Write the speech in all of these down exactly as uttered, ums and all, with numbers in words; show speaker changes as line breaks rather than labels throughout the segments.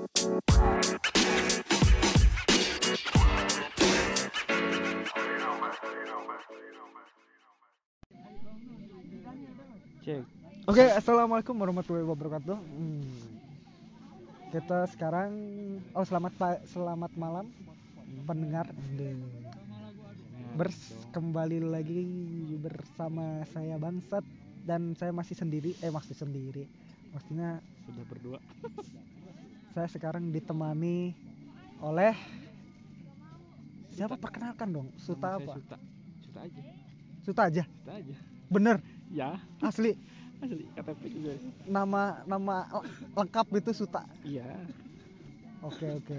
Cek.
Oke, assalamualaikum warahmatullahi wabarakatuh. Hmm. Kita sekarang, oh selamat pa- selamat malam pendengar. Bers kembali lagi bersama saya Bangsat dan saya masih sendiri, eh masih sendiri. Maksudnya
Sudah berdua.
saya sekarang ditemani oleh siapa? Perkenalkan dong. Suta
Nama saya
apa?
Suta. Suta aja.
Suta aja.
Suta aja.
Bener,
Ya,
asli.
asli K T P juga.
Nama nama lengkap itu Suta.
Iya.
Oke, oke.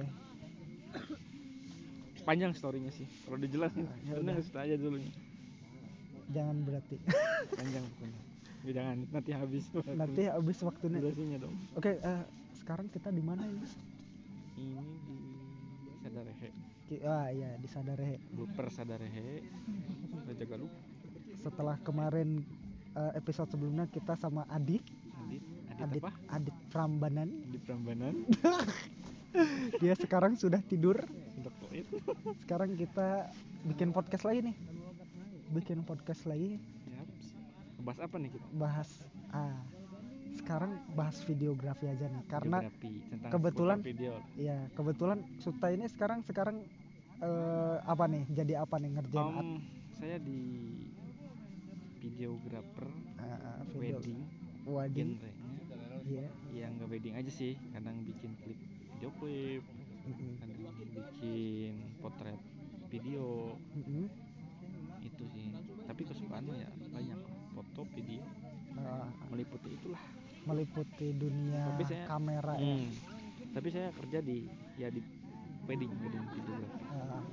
Panjang story-nya sih. Kalau dijelasin,
Ah, ya
benar
udah.
Suta aja dulu.
Jangan berarti.
Panjang pokoknya. Ya, jangan nanti habis.
Nanti habis waktunya.
Durasinya dong.
Oke, eh, sekarang kita di mana ini?
Ini di Sadarehe.
Ki- Ah iya, di Sadarehe.
Per Sadarehe. Raja Galuh.
Setelah kemarin eh, episode sebelumnya kita sama Adit,
Adit. Adit,
Adit
apa?
Adit Prambanan.
Di Prambanan.
Dia sekarang sudah tidur.
Sudah koit.
Sekarang kita bikin podcast lagi nih. Bikin podcast lagi,
Yap. Bahas apa nih kita?
bahas ah sekarang bahas videografi aja nih karena
Videografi, tentang
kebetulan
seputar video.
ya kebetulan Suta ini sekarang sekarang eh, apa nih? Jadi apa nih ngerjain at-
Um, saya di videographer
ah, ah, video
wedding
wedding.
genrenya
Iya.
yang nggak wedding aja sih, kadang bikin klip video klip,
Mm-mm.
kadang bikin potret video,
Mm-mm.
itu sih. Tapi kesukaan mah ya banyak, foto video
Ah,
meliputi itulah.
meliputi dunia
Tapi saya
kamera ya.
hmm, tapi saya kerja di ya di wedding wedding videography.
Ah.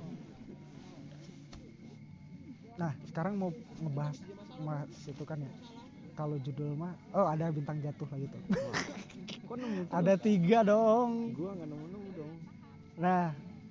Nah, sekarang mau ngebahas mas itu kan ya. Kalau judul mah, oh ada bintang jatuh lagi tuh.
Wah, kok nemu terus?
Ada tiga dong.
Gua nggak nemu nemu dong.
Nah,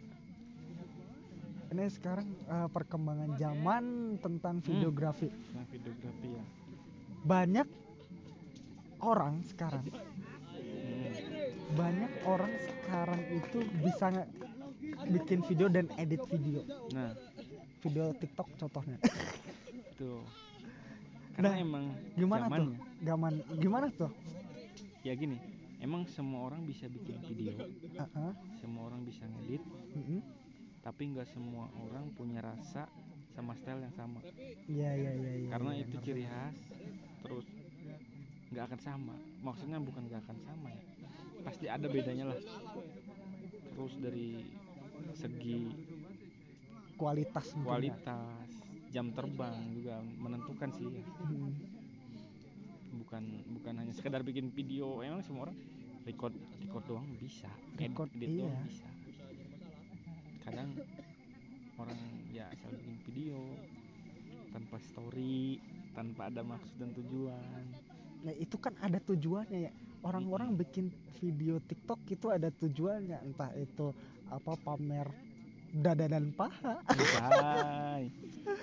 ini sekarang eh, perkembangan zaman tentang videografi.
Nah, videografi ya.
Banyak orang sekarang,
Hmm.
banyak orang sekarang itu bisa nge- bikin video dan edit video.
Nah,
Video TikTok contohnya.
tuh. Karena
Nah,
emang
Gimana tuh?
zamannya.
Gaman, gimana tuh?
Ya gini, emang semua orang bisa bikin video,
Uh-uh.
semua orang bisa ngedit,
Mm-mm.
tapi nggak semua orang punya rasa sama style yang sama.
Iya, iya, iya, iya.
Karena
iya,
itu
ngerti.
ciri khas, terus nggak akan sama. Maksudnya bukan nggak akan sama ya, pasti ada bedanya lah. Terus dari segi
Kualitas mungkin ya.
kualitas, jam terbang juga menentukan sih ya.
Hmm.
Bukan bukan hanya sekedar bikin video, emang semua orang record record doang bisa,
Record,
edit doang
iya.
bisa. Kadang orang ya asal bikin video tanpa story, tanpa ada maksud dan tujuan.
Nah, itu kan ada tujuannya ya. Orang-orang bikin video TikTok itu ada tujuannya, entah itu apa pamer dada dan paha.
Anjay.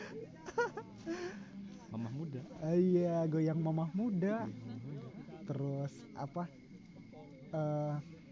Mamah muda.
Ah, iya, goyang mamah muda.
Mamah muda.
Terus apa? eh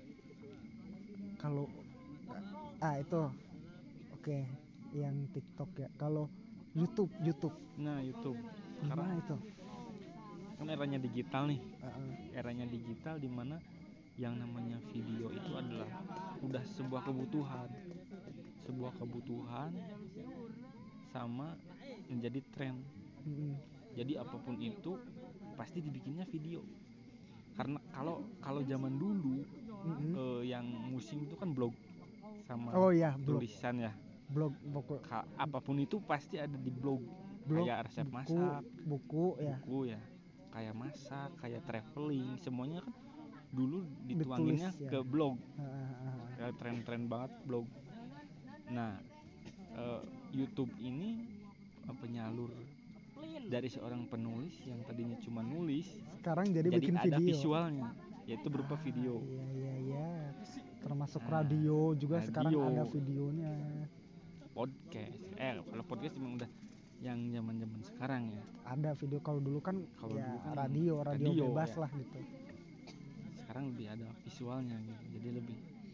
kalau ah itu oke, yang TikTok ya. Kalau YouTube, YouTube
Nah, YouTube.
gimana
Karena
itu?
kan eranya digital nih.
Uh-uh.
Eranya digital di mana yang namanya video itu adalah udah sebuah kebutuhan. Sebuah kebutuhan sama menjadi tren.
Mm-mm.
Jadi apapun itu pasti dibikinnya video. Karena kalau kalau zaman dulu
Mm-mm.
eh, yang musim itu kan blog sama
Oh iya, blog,
tulisan ya.
blog, buku,
Ka- apapun itu pasti ada di blog.
blog,
Kayak resep
buku,
masak,
buku ya.
buku ya, kayak masak, kayak traveling, semuanya kan dulu
Ditulis,
dituanginnya
ya.
ke blog.
Ah,
Kayak tren-tren banget blog. Nah, eh, YouTube ini eh, penyalur dari seorang penulis yang tadinya cuma nulis,
sekarang jadi,
jadi
bikin
ada
video.
visualnya, yaitu berupa
Ah,
video.
Iya, iya, iya. Termasuk
Nah,
radio juga sekarang
radio.
ada videonya.
Podcast, eh kalau podcast memang udah yang zaman-zaman sekarang ya.
Ada video, kalau dulu kan
Kalau
ya
dulu kan
radio, radio,
radio,
bebas
ya.
lah gitu.
Sekarang lebih ada visualnya gitu, jadi lebih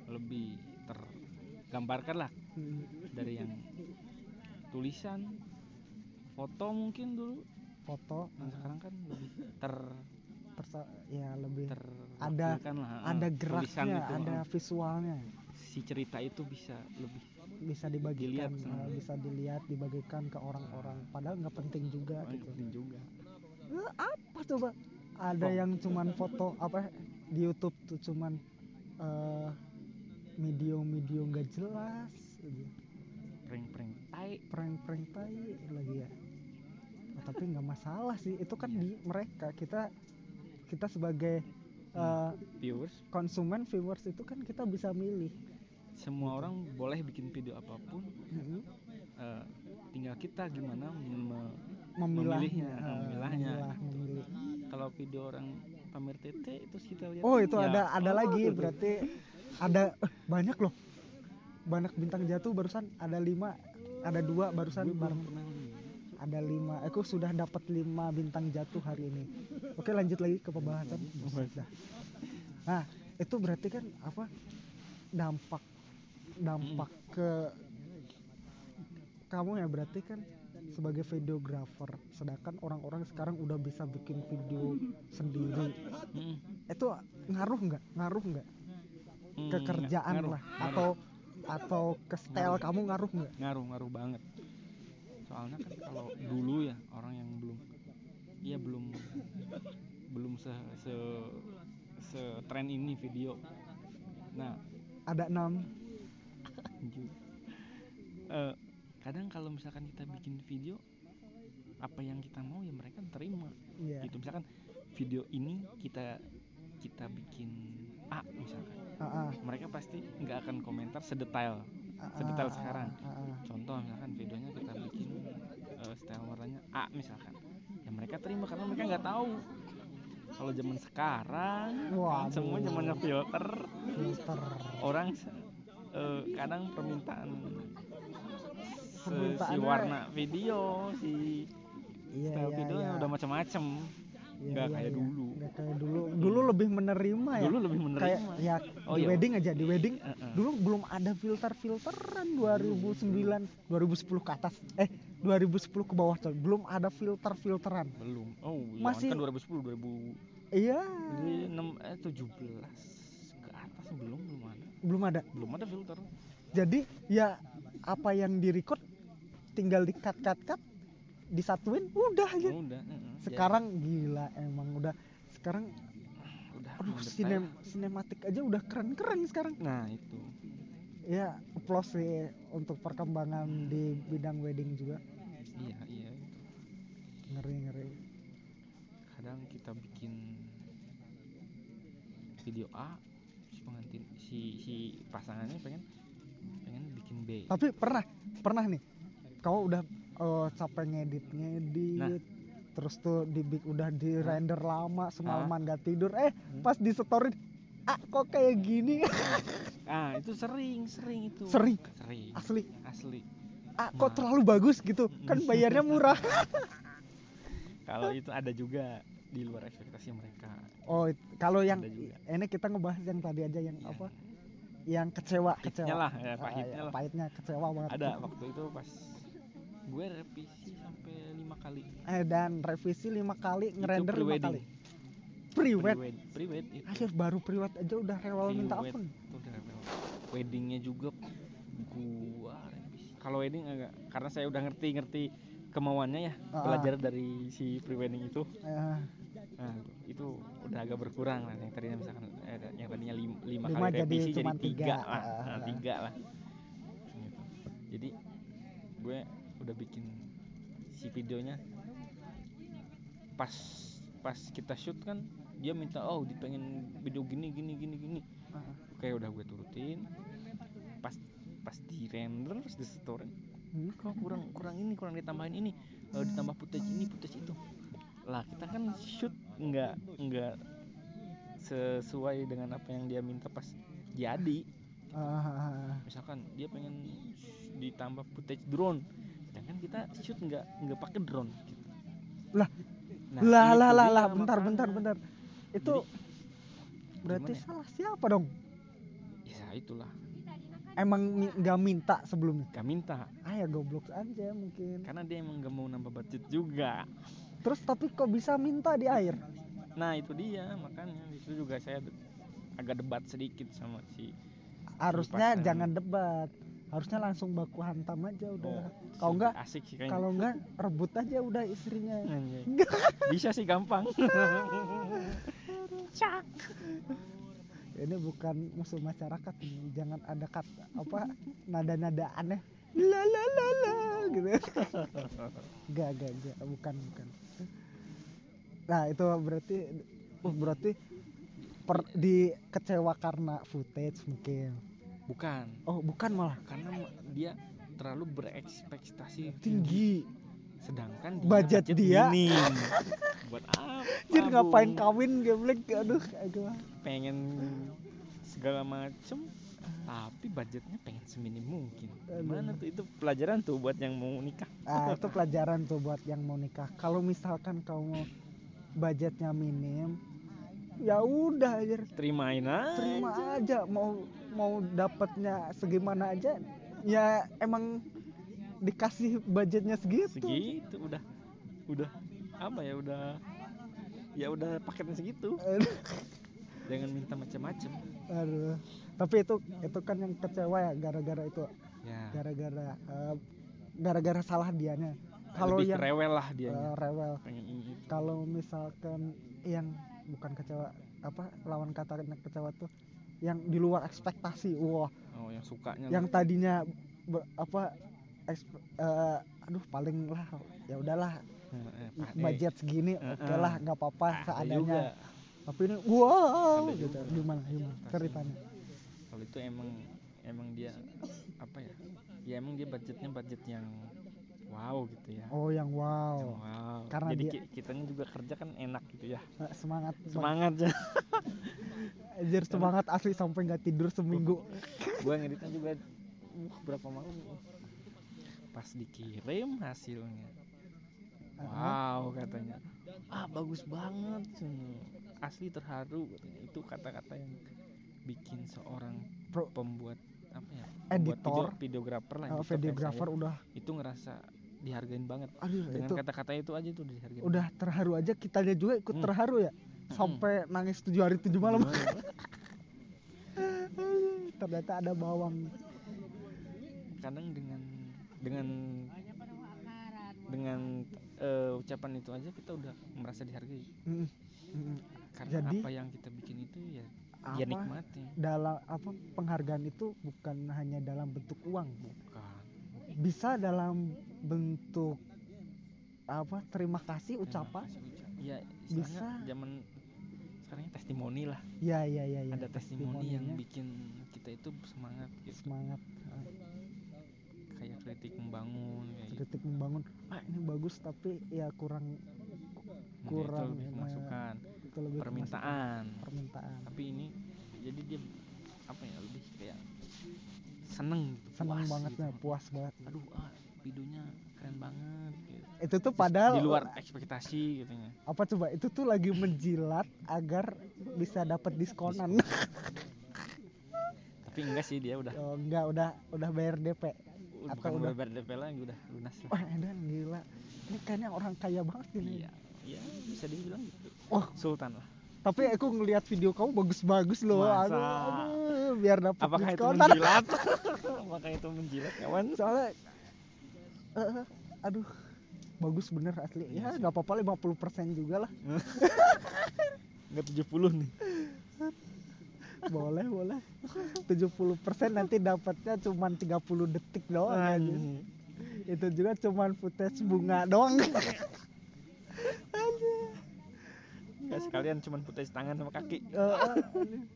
lebih tergambarkan lah
Hmm.
dari yang tulisan, foto mungkin dulu.
Foto
Nah, sekarang kan lebih ter
tersa ya lebih ada
terwakilkan lah,
ada
eh, tulisan
geraknya,
itu,
ada
eh.
visualnya,
Si cerita itu bisa lebih
bisa dibagikan,
dilihat,
eh,
hmm.
bisa dilihat, dibagikan ke orang-orang. Padahal nggak penting juga
oh,
gitu.
penting juga.
Eh, apa coba? Ada
Oh.
yang cuman foto apa di YouTube tuh cuman eh, video-video nggak jelas, gitu.
Prank-prank tai.
Prank-prank tai lagi ya. Nah, tapi nggak masalah sih, itu kan
Iya.
di mereka, kita kita sebagai
Hmm.
eh,
Viewers,
konsumen, viewers itu kan kita bisa milih.
semua
Gitu.
orang boleh bikin video apapun,
Mm-hmm.
eh, tinggal kita gimana me-
Memilahnya,
memilihnya, eh,
eh,
memilahnya.
memilah, memilih.
Kalau video orang pamer tete terus kita lihat,
Oh itu
ya,
ada ada
oh,
lagi,
gitu.
berarti ada eh, banyak loh, banyak bintang jatuh barusan ada lima, ada dua barusan
Gue belum
bareng,
pernah lihat.
ada lima. Aku sudah dapat lima bintang jatuh hari ini. Oke, lanjut lagi ke pembahasan. Buset dah. Nah itu berarti kan apa, dampak dampak ke kamu ya, berarti kan sebagai videographer, sedangkan orang-orang sekarang udah bisa bikin video sendiri.
Hmm.
Itu ngaruh nggak ngaruh nggak
Hmm,
ke kerjaan
ngaruh,
lah,
ngaruh.
atau atau ke style
Ngaruh.
kamu ngaruh nggak?
ngaruh ngaruh banget. Soalnya kan kalau dulu ya orang yang belum, ya belum belum se se se tren ini video. Nah,
Ada enam.
anjir. Eh, kadang kalau misalkan kita bikin video apa yang kita mau ya mereka terima.
Iya.
Gitu, misalkan video ini kita kita bikin A misalkan,
Ah, ah.
mereka pasti nggak akan komentar sedetail
Ah,
sedetail
ah,
sekarang.
ah, ah.
Contoh misalkan videonya kita bikin uh, style warnanya A misalkan, ya mereka terima karena mereka nggak tahu kalau zaman sekarang kan
Waduh.
semua zamannya filter.
Filter.
Orang uh, kadang permintaan se- si
Permintaannya-
warna video, si
Iya,
style
iya,
videonya
iya.
udah macam-macam.
Iya,
Nggak
iya,
kayak
iya.
dulu.
Nggak kayak dulu. Dulu lebih menerima ya.
Dulu lebih menerima.
Kayak ya
Oh,
di
iya.
wedding aja, di wedding
Uh-uh.
dulu belum ada filter-filteran. dua ribu sembilan, dua ribu sepuluh ke atas. Eh, dua ribu sepuluh ke bawah coy. Belum ada filter-filteran.
Belum. Oh,
Masih-
kan dua ribu sepuluh, dua ribu
Iya.
enam, eh tujuh belas ke atas belum belum ada.
Belum ada.
Belum ada filter.
Jadi ya apa yang di-record tinggal di-cut-cut-cut, disatuin udah aja.
Udah, uh-uh.
Sekarang gila emang udah sekarang
Jadi, udah
aduh
mendetail.
sinem sinematik aja udah keren-keren sekarang.
Nah, itu.
Ya, applause sih untuk perkembangan di bidang wedding juga.
Iya, iya itu.
Ngeri-ngeri.
Kadang kita bikin video A, si pengantin si si pasangannya pengen pengen bikin B.
Tapi pernah pernah nih kamu udah eh, capek ngedit ngedit
Nah.
terus tuh di udah di render lama semalaman
Ah.
gak tidur, eh pas di story, ah kok kayak gini.
Ah, itu sering, sering itu.
Sering?
Sering.
Asli.
Asli.
Ah kok
Nah.
terlalu bagus gitu kan, bayarnya murah.
Kalau itu ada juga di luar ekspektasi mereka.
Oh it- kalau yang
Ada juga.
ini kita ngebahas yang tadi aja yang
Yang
apa, yang kecewa
pahitnya
kecewa
lah, ya,
Ah,
pahitnya
ya,
lah.
pahitnya kecewa banget.
Ada waktu itu pas gue revisi sampai lima kali.
Eh dan revisi lima kali, ngerender lima
pre-wedding.
kali. Pre-wed.
Pre-wed, pre-wed itu.
Akhir baru pre-wed aja udah rewel minta
Pre-wed
ampun.
itu udah rewel. Weddingnya juga gua revisi. Kalau wedding agak, karena saya udah ngerti-ngerti kemauannya ya,
Ah.
belajar dari si pre-wedding itu.
Eh,
Nah, itu udah agak berkurang lah. Yang tadinya misalkan eh, yang tadinya lima, lima,
Lima
kali
jadi
revisi jadi,
cuman
tiga,
tiga.
lah.
Ah.
Nah, tiga lah. Gitu. Jadi gue udah bikin si videonya pas pas kita shoot kan dia minta, oh dipengen video gini gini gini gini.
ah.
Oke, udah gue turutin. Pas pas di render, pas di setorin,
Hmm.
kok kurang kurang ini, kurang ditambahin ini, eh, ditambah footage ini, footage itu. Lah kita kan shoot nggak nggak sesuai dengan apa yang dia minta pas jadi.
Ah.
Misalkan dia pengen ditambah footage drone, sedangkan kita shoot nggak nggak pakai drone gitu.
Lah,
Nah,
lah
itu
lah lah
dia
lah bentar
makanya.
bentar bentar. Itu
Jadi,
berarti
gimana ya?
salah siapa dong?
Ya, itulah,
Emang mi- nggak minta sebelumnya?
gak minta
Ah ya goblok aja mungkin.
karena dia emang gak mau nambah budget juga.
Terus tapi kok bisa minta di air?
Nah itu dia, makanya itu juga saya de- agak debat sedikit sama si
Harusnya
pasangan.
jangan debat. Harusnya langsung baku hantam aja udah.
Oh,
Kalau
sih,
enggak
asik sih kayaknya.
kalau enggak rebut aja udah istrinya.
Anjay. Bisa sih gampang. Cak.
Ini bukan musuh masyarakat ini. Jangan ada kata apa nada-nada aneh. La la la la gitu. Enggak, enggak, enggak, bukan, bukan. Nah, itu berarti oh, berarti per, di kecewa karena footage mungkin.
Bukan,
Oh, bukan malah
karena ma- dia terlalu berekspektasi
tinggi.
sedangkan dia
Budget dia.
minim. Buat apa?
Anjir ngapain
Bung?
kawin geblek, aduh, aduh.
Pengen segala macem tapi budgetnya pengen seminim mungkin. Gimana tuh, itu pelajaran tuh buat yang mau nikah.
Ah, itu pelajaran tuh buat yang mau nikah. Kalau misalkan kamu budgetnya minim, ya udah aja
Terimain aja.
terima aja, mau mau dapatnya segimana aja, ya emang dikasih budgetnya segitu.
Segitu udah udah apa ya udah ya udah paketnya segitu. Jangan minta macam-macam.
Aduh. Tapi itu itu kan yang kecewa ya gara-gara itu,
Ya.
gara-gara eh, gara-gara salah dianya. Kalau
Lebih
yang
rewel lah dia.
eh, rewel.
Pengen ini. itu.
Kalau misalkan yang bukan kecewa, apa lawan kata kecewa tuh yang di luar ekspektasi, wah,
Oh, yang sukanya.
yang tadinya be- apa eksp- eh, aduh paling lah ya udahlah
Eh, eh,
budget segini
eh,
oke
eh.
lah nggak apa-apa
Ada
seadanya,
juga.
tapi ini wow
Ada
gitu.
juga.
Gimana gimana ceritanya?
Kalau itu emang emang dia apa ya? Ya emang dia budgetnya budget yang wow gitu ya.
Oh yang wow,
Yang wow.
Karena
Jadi
dia-
ki- kitanya juga kerja kan enak gitu ya.
Eh, semangat
Semangat aja.
anjir, semangat asli sampai nggak tidur seminggu.
Gua ngeditnya juga uh, berapa malam pas dikirim hasilnya. Wow katanya. Ah bagus banget. Asli terharu katanya. Itu kata-kata yang bikin seorang
Pro-
pembuat apa ya? Pembuat
Editor.
video, videografer lah.
Eh,
editor kayak
videografer
saya,
udah
itu ngerasa dihargain banget.
aduh
Dengan
itu
kata-kata itu aja tuh dihargain.
udah terharu aja, kitanya juga ikut
Hmm.
terharu ya, sampai nangis tujuh hari tujuh malam. Ternyata ada bawang.
Kadang dengan dengan dengan uh, ucapan itu aja kita udah merasa dihargai.
Mm, mm.
Karena
Jadi,
apa yang kita bikin itu ya
apa,
dia nikmati.
dalam apa penghargaan itu bukan hanya dalam bentuk uang,
Bukan.
bisa dalam bentuk apa terima kasih ucapan.
Ya
Bisa.
bisa. Zaman sekarang testimoni lah.
Ya ya ya ya.
Ada testimoni yang
testimoninya.
bikin kita itu semangat gitu.
Semangat. eh,
Kayak kritik membangun kayak gitu.
kritik membangun. Ah ini bagus tapi ya kurang
Nah,
kurang
itu lebih
eh,
masukan,
itu lebih ke
permintaan.
masukan, permintaan.
Tapi ini jadi dia apa ya lebih kayak seneng gitu,
Senang
puas
banget
gitu.
nih, puas banget.
Aduh ah videonya keren banget gitu.
Itu tuh padahal
Di luar ekspektasi katanya.
apa coba itu tuh lagi menjilat agar bisa dapat diskonan.
Tapi enggak sih, dia udah
Oh, enggak, udah udah bayar D P. Atau
bukan
udah
udah D P lagi, udah lunas lah.
wah edan gila. Ini kayaknya orang kaya banget ini.
Iya, iya bisa dibilang gitu.
Oh,
Sultan lah.
tapi aku ngelihat video kamu bagus-bagus loh.
Masa?
Aduh, aduh, biar dapat
Apakah itu
diskonan.
menjilat? Apakah itu menjilat kawan?
Soalnya eh, aduh, bagus bener asli.
Iya
Ya
sih.
nggak apa-apa lima puluh persen juga lah.
Enggak tujuh puluh nih.
Boleh, boleh. tujuh puluh persen nanti dapatnya cuma tiga puluh detik doang aja.
Anjing.
Itu juga cuma footage bunga doang.
Enggak sekalian cuma footage tangan sama kaki.
Eh, eh,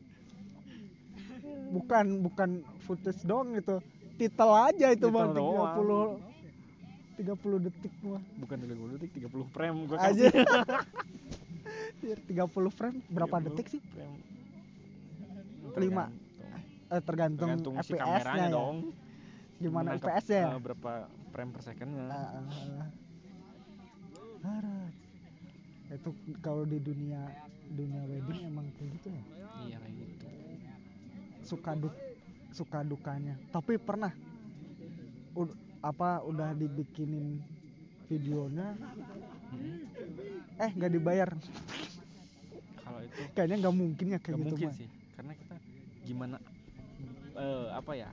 bukan bukan footage doang itu, titel aja itu
Titel
mah
doang.
tiga puluh tiga puluh detik mah
Bukan tiga puluh detik, tiga puluh frame gua
aja.
kasih.
tiga puluh frame berapa
tiga puluh
detik sih?
frame.
Lima.
Tergantung.
Eh, tergantung,
Tergantung si
F P S-nya
kameranya
ya.
dong.
Gimana
Menangkap,
F P S-nya?
eh, berapa frame per second-nya.
Ah, ah, ah. Harat. Itu kalau di dunia dunia wedding emang kayak gitu ya.
Iya kayak gitu.
Suka du suka dukanya. Tapi pernah ud, apa udah dibikinin videonya
Hmm.
eh nggak dibayar.
Kalau itu
Kayaknya nggak mungkin ya kayak
nggak
gitu
mungkin
mah.
sih, karena kita gimana eh, apa ya,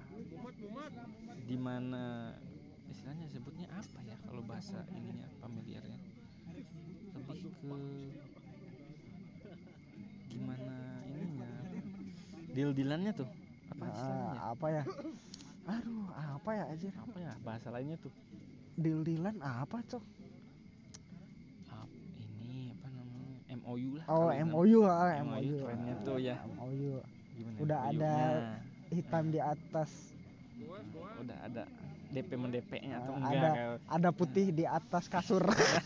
dimana istilahnya sebutnya apa ya kalau bahasa ininya familiarnya, lebih ke gimana ininya, deal-dealannya tuh apa istilahnya ya?
Ah, apa ya? Aduh, apa ya aja?
Apa ya bahasa lainnya tuh?
Deal-dealan apa, Cok?
Ap- ini apa namanya, M O U lah.
Oh,
kalau
M
bilang.
O U, ah,
M O U
M O U.
kerennya tuh ya.
M O U.
Gimana
Udah
M O U-nya?
ada hitam di atas.
Udah ada D P men D P-nya atau
Ah,
enggak?
ada
Kalau-
ada putih di atas kasur.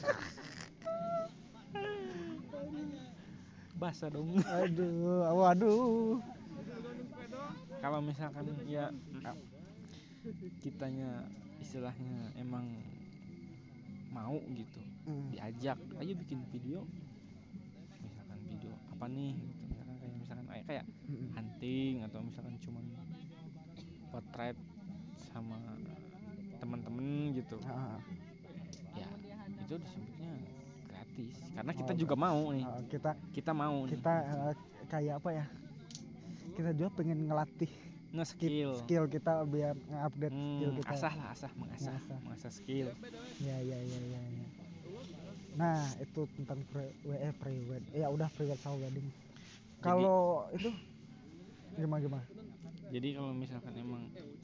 Basah dong.
Aduh, waduh.
Kalau misalkan ya kitanya istilahnya emang mau gitu,
Hmm.
diajak ayo bikin video, misalkan video apa nih gitu, misalkan kayak misalkan kayak kayak
Mm-mm.
hunting atau misalkan cuman potret sama teman-teman gitu,
Ah,
ya itu disebutnya gratis karena kita
Oh,
juga mau nih,
ah, kita
kita mau nih
kita eh, kayak apa ya? Kita juga pengen ngelatih
nge-skill.
skill kita biar nge-update skill
Hmm,
kita.
asah lah, asah mengasah,
Mengasah.
mengasah skill.
Ya, ya, ya, ya, ya. Nah, itu tentang pre W E pre-wed. Ya udah pre-wed sama wedding. Kalau itu gimana gimana?
Jadi kalau misalkan emang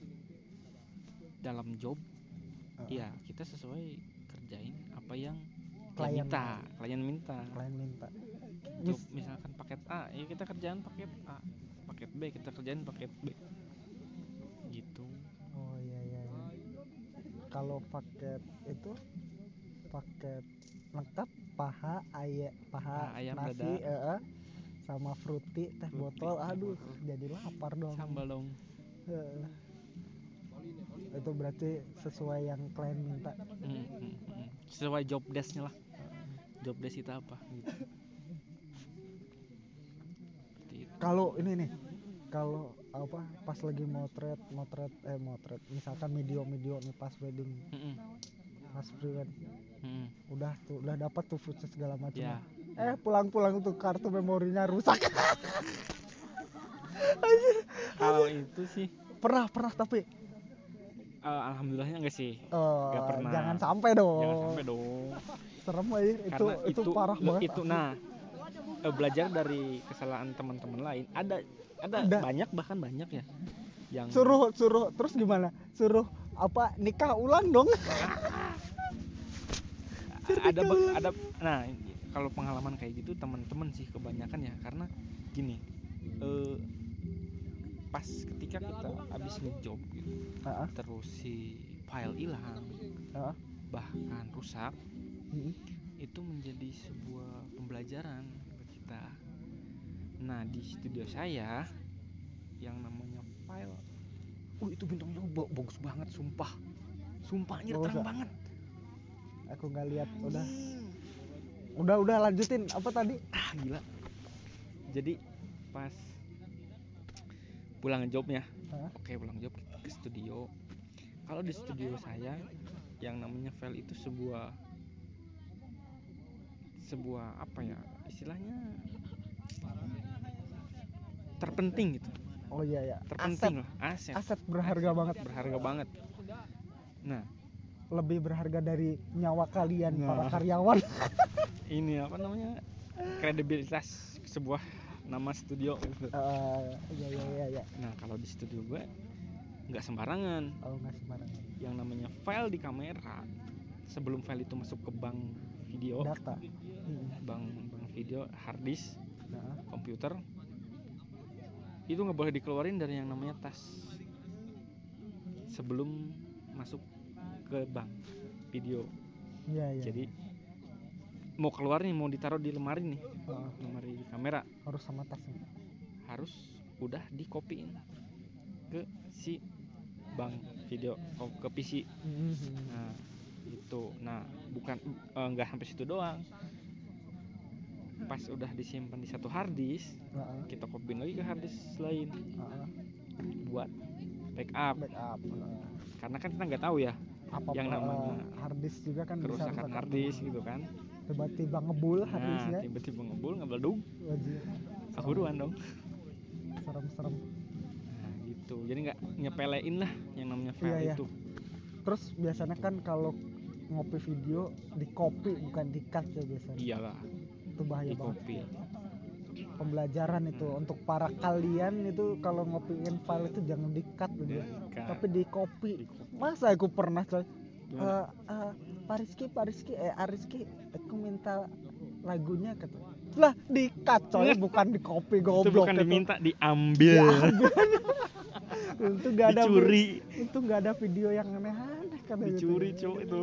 dalam job,
Uh,
ya kita sesuai kerjain apa yang
Klien
klien minta, klien minta.
Klien minta.
Job
Mis-
misalkan paket A, ya kita kerjaan paket A. Paket B, kita kerjain paket B. Gitu.
Oh iya iya iya. Kalau paket itu paket lengkap paha ayam paha
Paha ayam,
nasi
dada.
eh, eh, sama fruity teh
Fruity,
botol.
teh
Aduh,
botol.
jadi lapar dong.
Sambal dong.
Eh, itu berarti sesuai yang klien minta.
Hmm, hmm, hmm. Sesuai job desk-nya lah. Job desk kita apa gitu. Seperti itu.
Kalau ini nih, kalau apa pas lagi motret motret eh motret misalkan video-video nih pas wedding,
Hmm,
pas pre-wed,
hmm.
udah tuh udah dapat tuh footage segala macam.
Ya.
Eh pulang-pulang tuh kartu memorinya rusak.
Kalau itu sih
pernah pernah tapi
eh, alhamdulillahnya enggak sih.
eh,
Nggak pernah.
jangan sampai dong.
Jangan sampai dong.
Serem aja itu
Karena
itu, parah
lo-
banget.
itu nah eh, belajar dari kesalahan teman-teman lain, ada ada
Ada.
banyak, bahkan banyak ya yang
Suruh suruh terus gimana? Suruh apa nikah ulang dong?
ada be- ada nah kalau pengalaman kayak gitu teman-teman sih kebanyakan ya, karena gini, eh, pas ketika kita habis ngejob gitu,
Heeh.
terus si file hilang
Heeh.
bahkan rusak,
Mm-mm.
itu menjadi sebuah pembelajaran buat kita. Nah di studio saya yang namanya file, uh itu bintangnya ba- bagus banget, sumpah sumpah anjir,
Bagus,
terang
ah?
banget.
Aku nggak lihat. Udah
Anjing.
udah udah lanjutin apa tadi?
Ah gila. Jadi pas pulang jobnya,
Heeh.
oke pulang job ke studio. Kalau di studio saya yang namanya file itu sebuah sebuah apa ya istilahnya, terpenting gitu,
Oh iya ya.
terpenting lah, aset
Aset berharga banget.
berharga banget. Nah
Lebih berharga dari nyawa kalian para
Nah.
karyawan.
ini apa namanya, kredibilitas sebuah nama studio gitu.
Eh, iya iya iya ya.
Nah kalau di studio gue nggak sembarangan,
Oh nggak sembarangan.
yang namanya file di kamera sebelum file itu masuk ke bank video,
Data. Hmm.
bank bank video, hard disk,
Nah,
komputer, itu nggak boleh dikeluarin dari yang namanya tas sebelum masuk ke bank video.
iya iya.
Jadi mau keluar nih, mau ditaruh di lemari nih,
Heeh.
lemari di kamera,
Harus sama tasnya.
harus udah dikopiin ke si bank video, oh, ke P C.
Mhm.
Nah itu, nah bukan eh, nggak sampai situ doang. Pas udah disimpan di satu hard disk,
Heeh.
kita kopiin lagi ke hard disk lain.
Heeh.
buat backup.
backup uh,
Karena kan kita nggak tahu ya
apa
yang namanya
uh, hard disk juga kan bisa
kerusakan
rusak.
hard disk gitu kan.
Tiba-tiba ngebul hard
Nah,
disknya.
tiba-tiba ngebul, ngebeleduk,
Wajib.
kehuruan dong.
Serem-serem.
Nah, gitu. Jadi nggak nyepelein lah yang namanya file
Iya, iya.
itu.
Terus biasanya kan kalau ngopi video di copy bukan di cut ya biasanya.
Iyalah,
Itu bahaya
di
banget.
copy.
Pembelajaran itu
Hmm.
untuk para kalian itu kalau ngopiin file itu jangan di cut loh dia.
Jangan di-cut.
Tapi di copy.
Di copy.
Masa aku pernah coy.
Gimana?
Uh, uh, Pak Rizky, Pak Rizky, eh Ariski, aku minta lagunya kata. Lah di cut coy, bukan di copy
Itu
goblok.
bukan
itu.
diminta, diambil.
Itu nggak ada
Dicuri.
Itu nggak ada video yang aneh-aneh kata gitu.
Dicuri cowok itu.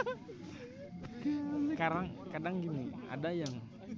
Sekarang kadang gini, ada yang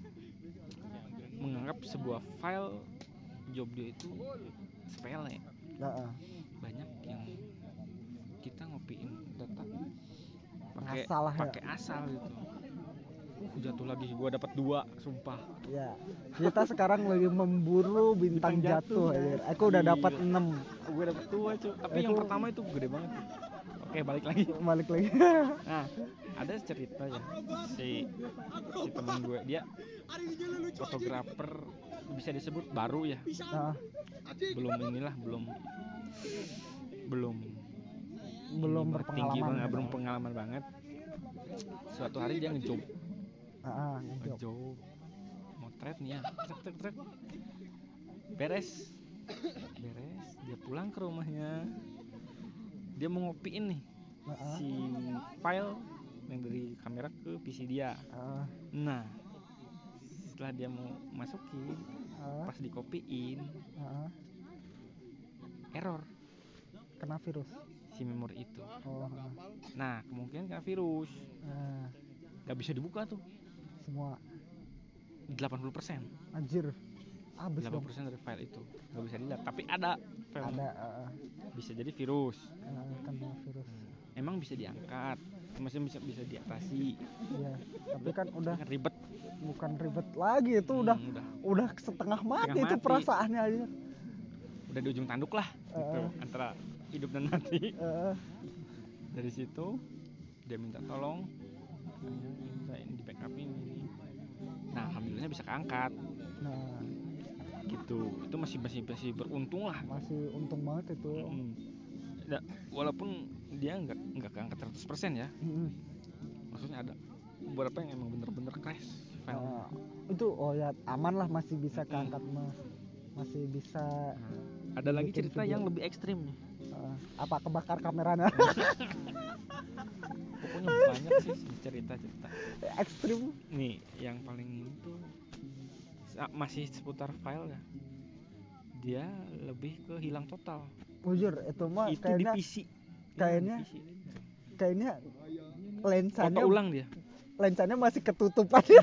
menganggap sebuah file job dia itu sepele.
Nah,
Banyak yang kita ngopiin data pakai
Asal lah ya.
pakai asal gitu. Uh, jatuh lagi, gua dapat dua, sumpah.
ya. Kita sekarang lagi memburu bintang,
Bintang
jatuh.
jatuh.
anjir. Aku udah
Gila.
dapat enam.
Gue dapat dua, cuy. Tapi
Aku-
yang pertama itu gede banget. Oke, balik lagi.
Balik lagi.
Nah, ada cerita ya si si temen gue, dia fotografer bisa disebut baru ya,
Nah,
belum inilah belum belum
belum
ini,
berpengalaman.
tinggi banget,
ya.
belum pengalaman banget. Suatu hari dia ngejob
Ah, ah, ngejob.
ngejob motret nih ya, trek trek trek beres beres dia pulang ke rumahnya, dia mau ngopiin nih
Ah, ah,
si file yang dari kamera ke P C dia.
ah,
Nah, setelah dia mau masukin,
ah,
pas dikopiin,
ah.
error
Kena virus.
si memori itu.
Oh, ah.
Nah, kemungkinan kena virus,
Ah,
nggak bisa dibuka tuh.
semua
delapan puluh persen
anjir. Abis
delapan
dong.
puluh persen dari file itu nggak bisa dilihat, tapi ada file.
Ada ah,
Bisa jadi virus.
ah, kena virus.
Emang bisa diangkat, masih bisa bisa diatasi.
Iya, tapi kan udah
Kan ribet.
bukan ribet lagi itu udah
Hmm, udah
udah setengah mati
Setengah
itu
mati.
perasaannya aja.
udah di ujung tanduk lah gitu,
Eh.
antara hidup dan mati.
Eh,
Dari situ dia minta tolong, minta ini di backup ini. Nah, alhamdulillahnya bisa keangkat
nah,
gitu. Itu masih masih masih beruntung lah.
masih untung banget itu.
Hmm. Da- walaupun dia nggak nggak keangkat seratus persen ya,
Mm-mm.
maksudnya ada beberapa yang emang bener-bener crash file.
Nah, itu oh ya aman lah, masih bisa
Mm-mm.
keangkat mas, masih bisa.
Nah, ada lagi
bikin
cerita
video.
yang lebih ekstrim nih.
eh, apa kebakar kameranya?
Pokoknya banyak sih cerita-cerita.
Ekstrim.
Nih, yang paling ini tuh sa- masih seputar file ya. Dia lebih ke hilang total.
Jujur itu mah
Itu di
kayaknya
P C.
kayaknya-
Di P C.
kayaknya
Foto
lensanya
ulang dia.
lensanya masih ketutupan ya.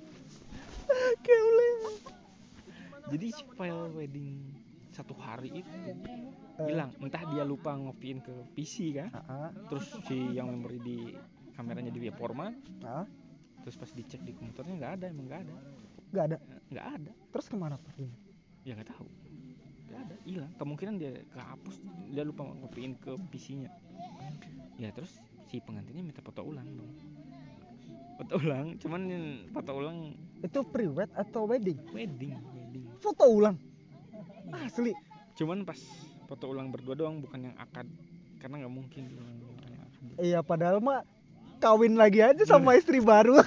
Kayak boleh.
Jadi si file wedding satu hari itu
Eh.
hilang. Entah dia lupa ngopiin ke P C kan.
Ah,
Terus si yang memori di kameranya di format.
ah,
Terus pas dicek di komputernya nggak ada, emang nggak ada.
nggak ada.
Nggak ada.
Terus kemana perginya?
Ya nggak tahu. Nggak ada, hilang. Kemungkinan dia kehapus, dia lupa ngopiin ke P C-nya. Ya terus si pengantinnya minta foto ulang dong. Foto ulang, cuman foto ulang
Itu pre-wed atau wedding?
wedding, wedding.
Foto ulang. Asli.
Cuman pas foto ulang berdua doang, bukan yang akad, karena nggak mungkin yang akad.
Iya, padahal mah kawin lagi aja sama istri baru.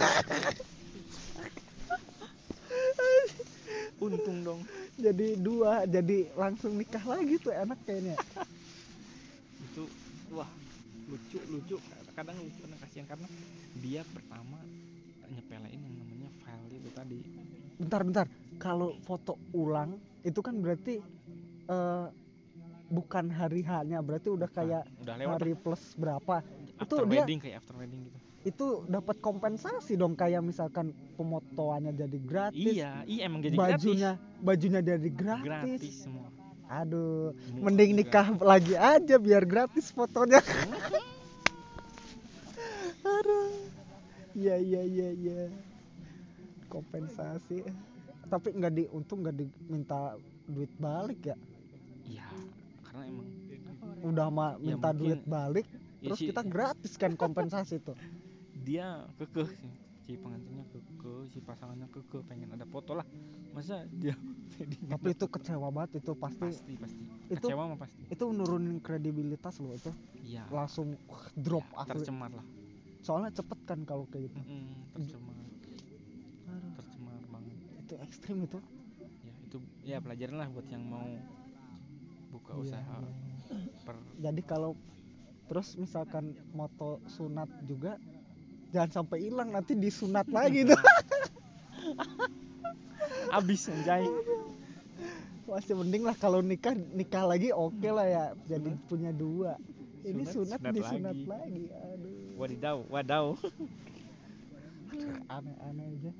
Untung dong.
Jadi dua, jadi langsung nikah lagi tuh, enak kayaknya.
Itu wah lucu lucu kadang lucu, kadang kasihan karena dia pertama nyepelein yang namanya file itu tadi.
Bentar, bentar. Kalau foto ulang itu kan berarti eh, bukan hari H-nya, berarti udah kayak
udah lewat
hari plus berapa. Itu
after
dia
wedding, kayak after wedding gitu.
itu dapat kompensasi dong, kayak misalkan pemotoannya jadi gratis.
Iya, iya emang jadi
bajunya bajunya jadi
gratis.
gratis.
Gratis semua.
Aduh,
Semua
mending
juga.
nikah lagi aja biar gratis fotonya. Aduh. Iya iya iya iya. Kompensasi. Tapi nggak di untung nggak diminta duit balik ya.
Iya,
udah ma-
Ya,
minta
mungkin-
duit balik,
ya
terus
sih,
kita gratis kan kompensasi tuh.
dia kekeh sih, si pengantinnya kekeh, si pasangannya kekeh pengen ada foto lah, masa dia
Tapi itu kecewa banget itu pasti.
pasti pasti
Itu-
kecewa mah pasti.
Itu nurunin kredibilitas loh itu.
Iya,
Langsung wah, drop
ya,
asli.
tercemar lah.
Soalnya cepet kan kalau kayak gitu.
Mm-mm, tercemar
Aduh,
tercemar banget.
itu ekstrim itu.
Ya itu ya pelajaran lah buat yang mau buka
Iya,
usaha
iya, iya.
per
Jadi kalau terus misalkan moto sunat juga jangan sampai hilang, nanti disunat lagi tuh.
abis anjay.
Masih mending lah kalau nikah nikah lagi oke lah ya, jadi punya dua. Ini
Sunat,
sunat,
sunat
disunat
lagi.
lagi. Aduh,
Wadidaw, wadaw.
aneh-aneh aja.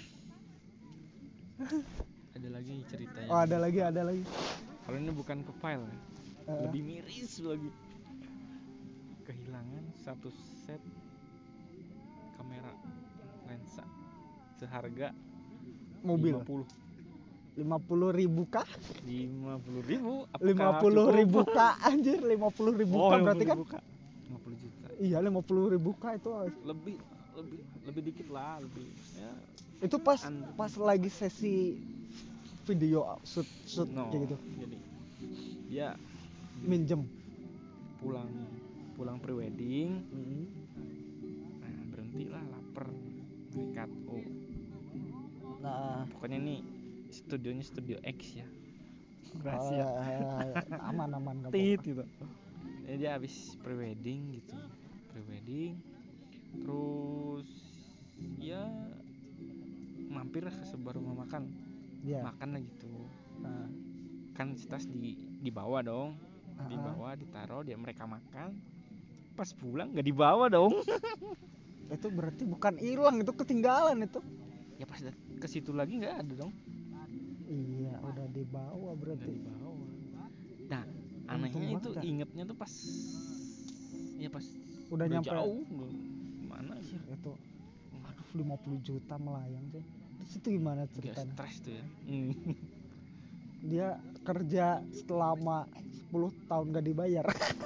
Ada lagi cerita yang
Oh ada lagi ada lagi.
kalau ini bukan ke file ya.
Eh.
Lebih miris lagi. Kehilangan satu set kamera lensa seharga
Mobil lima puluh ribu kah?
lima puluh ribu.
lima puluh ribu kah anjir, lima puluh ribu
Oh,
kah berarti kan?
lima puluh juta.
Iya, lima puluh ribu kah itu.
Lebih lebih lebih dikit lah, lebih ya.
Itu pas
An-
pas lagi sesi video shoot shoot
No,
kayak gitu.
jadi dia
Minjem.
pulang pulang prewedding.
Mm-hmm.
Nah, berhenti lah lapar. Nekat. Oh,
Nah,
pokoknya nih studionya studio X ya. Rahasia.
uh, aman aman nggak
Tit
apa-apa.
gitu. Ya, dia habis prewedding gitu. Prewedding. Terus ya mampir ke sebuah rumah makan.
Iya.
Makan lah gitu.
Nah,
Kan si tas di dibawa dong.
uh-uh.
Dibawa, ditaruh, dia mereka makan. Pas pulang nggak dibawa dong.
Itu berarti bukan hilang, itu ketinggalan itu.
Ya pas dat- ke situ lagi nggak ada dong.
Iya, udah dibawa
Nggak
berarti.
dibawa. Nah,
Untung
anehnya
banget
itu
ya.
ingetnya tuh pas ya pas
Udah nyampe.
jauh gimana
Anjir, itu aduh lima puluh juta melayang tuh. Terus itu gimana
Gak
ceritanya?
stres tuh ya. Hmm.
Dia kerja selama sepuluh tahun gak dibayar.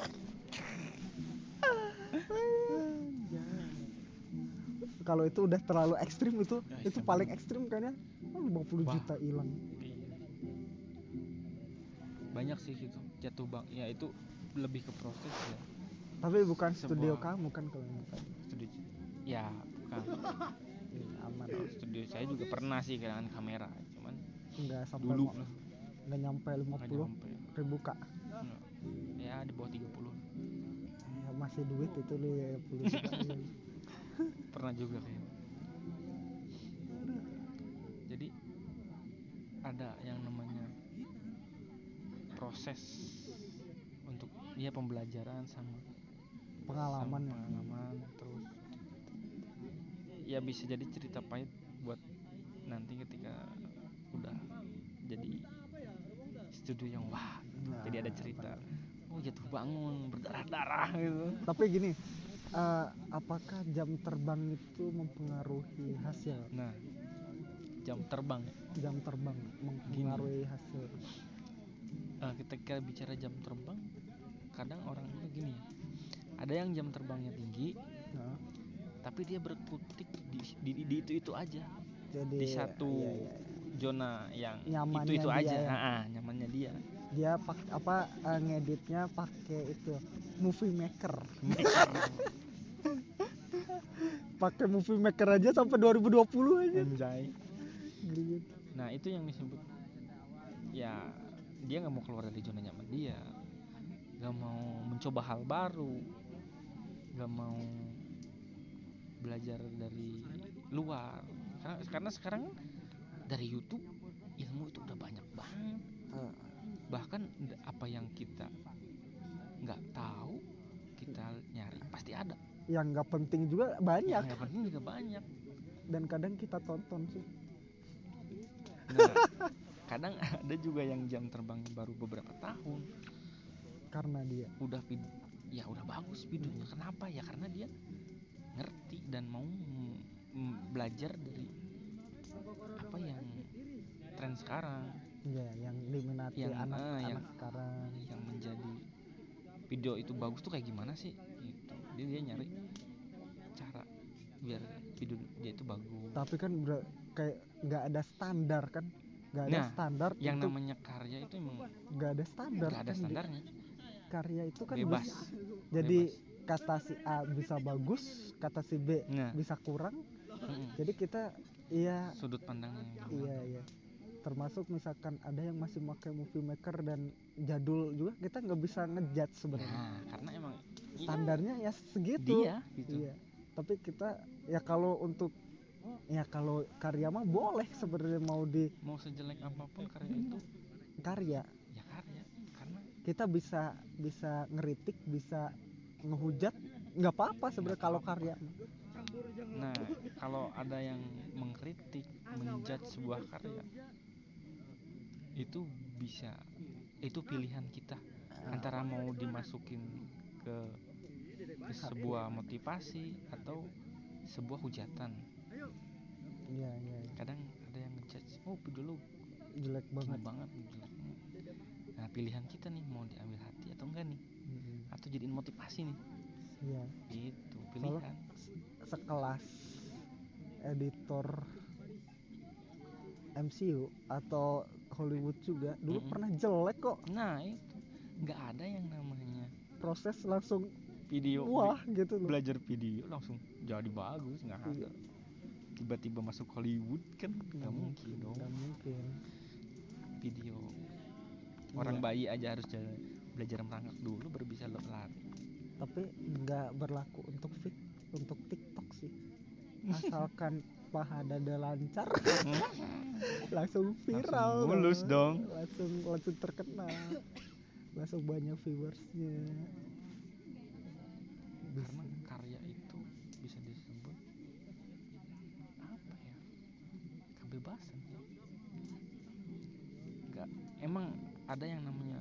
Kalau itu udah terlalu ekstrim itu,
Ya,
itu
ekstrim
paling
banget.
ekstrim kan ya. Oh, lima puluh
Wah.
juta hilang.
Iya. Banyak sih gitu jatuh bang. Ya itu lebih ke proses ya.
Tapi bukan
Sebuah-
studio kamu kan kalau yang tadi.
Studio ya bukan.
Iya, aman.
Kalau studio saya juga pernah sih kehilangan kamera, cuman
Enggak sampai
dulu
ma- nggak nyampe lima
nggak
puluh
nyampe.
ribu kak.
Nggak. Ya di bawah tiga puluh.
Ya, masih duit itu lima puluh juta.
Pernah juga kayak. Jadi ada yang namanya proses untuk ya pembelajaran sama
Pengalaman
sama
ya.
pengalaman terus ya bisa jadi cerita pahit buat nanti ketika udah jadi studio yang wah gitu.
Nah,
Jadi ada cerita oh jatuh bangun berdarah-darah gitu.
Tapi gini, eh, apakah jam terbang itu mempengaruhi hasil?
Nah, jam terbang ya.
Jam terbang mempengaruhi hasil.
Eh, ketika bicara jam terbang kadang orang itu gini ya, ada yang jam terbangnya tinggi
Nah,
tapi dia berkutik di, di, di, di itu itu aja
jadi
di satu
iya, iya, iya.
zona yang
Nyamannya
itu itu
dia
aja
ya.
ah, ah, nyamannya dia.
Dia pak apa eh, ngeditnya pakai itu movie maker. Pakai movie maker aja sampai dua ribu dua puluh aja.
Anjay.
Gitu.
Nah itu yang disebut ya dia nggak mau keluar dari zona nyaman dia, nggak mau mencoba hal baru, nggak mau belajar dari luar. Karena, karena sekarang dari YouTube ilmu itu udah banyak banget.
Uh,
Bahkan apa yang kita nggak tahu kita nyari pasti ada.
yang nggak penting juga banyak.
Yang nggak penting juga banyak.
Dan kadang kita tonton sih.
Nah, kadang ada juga yang jam terbangnya baru beberapa tahun.
Karena dia
Udah vid- ya udah bagus videonya. Kenapa? Ya karena dia ngerti dan mau m- m- belajar dari apa yang tren sekarang,
ya yang diminati
Yang, ah,
anak-anak
yang-
sekarang.
yang menjadi video itu bagus tuh kayak gimana sih gitu. Jadi dia nyari cara biar video dia itu bagus.
Tapi kan ber- kayak nggak ada standar kan, nggak ada
Nah,
standar
yang
untuk
namanya karya itu emang
nggak ada standar
nggak ada
kan, Di.
standarnya,
Karya itu kan
bebas.
bisa- jadi kata si A bisa bagus, kata si B
Nah,
bisa kurang.
mm-mm.
Jadi kita iya
Sudut pandangnya yang gimana.
iya iya termasuk misalkan ada yang masih pakai movie maker dan jadul juga, kita nggak bisa ngejudge sebenarnya.
Nah, karena emang
Standarnya ya segitu.
dia gitu.
Iya. Tapi kita ya kalau untuk ya kalau karya mah boleh sebenarnya, mau di
Mau sejelek apapun karya itu
karya
ya karya, karena
kita bisa bisa ngeritik, bisa ngehujat, nggak apa-apa sebenarnya
Nggak
kalau
apa-apa.
karya.
nah kalau ada yang mengkritik, menjudge sebuah karya, itu bisa, itu pilihan kita antara mau dimasukin ke ke sebuah motivasi atau sebuah hujatan.
Iya iya iya.
Kadang ada yang ngejudge, oh video lu
Jelek
gini
banget.
banget, jelek banget. Nah pilihan kita nih mau diambil hati atau enggak nih,
Mm-mm.
atau jadiin motivasi nih,
Iya.
gitu
Soalnya
pilihan.
sekelas editor M C U atau Hollywood juga dulu
Mm-mm.
pernah jelek kok,
Nah itu nggak ada yang namanya
proses langsung
video
wah gitu loh.
belajar video langsung jadi bagus, nggak ada.
Iya.
Tiba-tiba masuk Hollywood kan nggak mungkin dong.
Nggak mungkin.
Video orang
Iya.
bayi aja harus jalan, belajar merangkak dulu baru bisa lari.
Tapi nggak berlaku untuk fit untuk TikTok sih. Asalkan paha dada lancar langsung viral,
Langsung mulus dong.
langsung langsung terkenal, langsung banyak viewersnya.
Karena karya itu bisa disebut apa ya, kebebasan sih. Nggak, emang ada yang namanya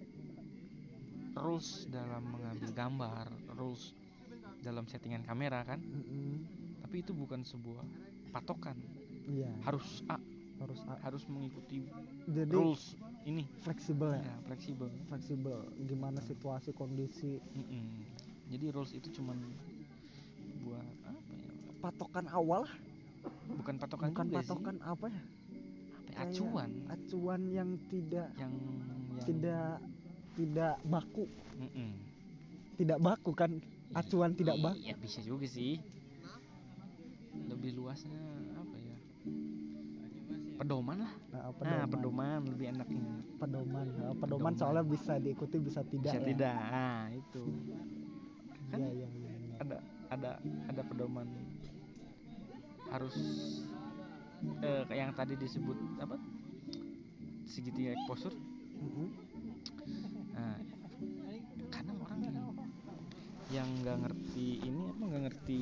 rules dalam mengambil gambar, rules dalam settingan kamera kan.
Mm-mm.
Tapi itu bukan sebuah patokan.
Iya.
Harus A,
Harus A.
harus mengikuti
Jadi
rules ini.
fleksibel ya.
Ya, fleksibel.
Fleksibel. Gimana situasi kondisi.
Mm-mm. Jadi rules itu cuman buat apa ya?
Patokan awal lah.
Bukan patokan
Bukan
juga
patokan
sih.
apa ya?
Apa ya?
Kayak
Acuan.
Acuan yang tidak
Yang, yang
tidak tidak baku.
Mm-mm.
Tidak baku kan? Acuan tidak baku.
Iya bisa juga sih. Lebih luasnya apa ya? Pedoman lah.
Nah,
Nah,
pedoman.
pedoman lebih enaknya.
Pedoman. Nah, pedoman,
Pedoman.
soalnya bisa diikuti bisa tidak.
Bisa
ya?
tidak. Nah, itu. Kan
Iya, iya, iya, iya.
ada ada ada pedoman harus eh, kayak yang tadi disebut apa? Segitiga exposure.
Mm-mm.
Nah, kadang orang yang yang nggak ngerti ini apa nggak ngerti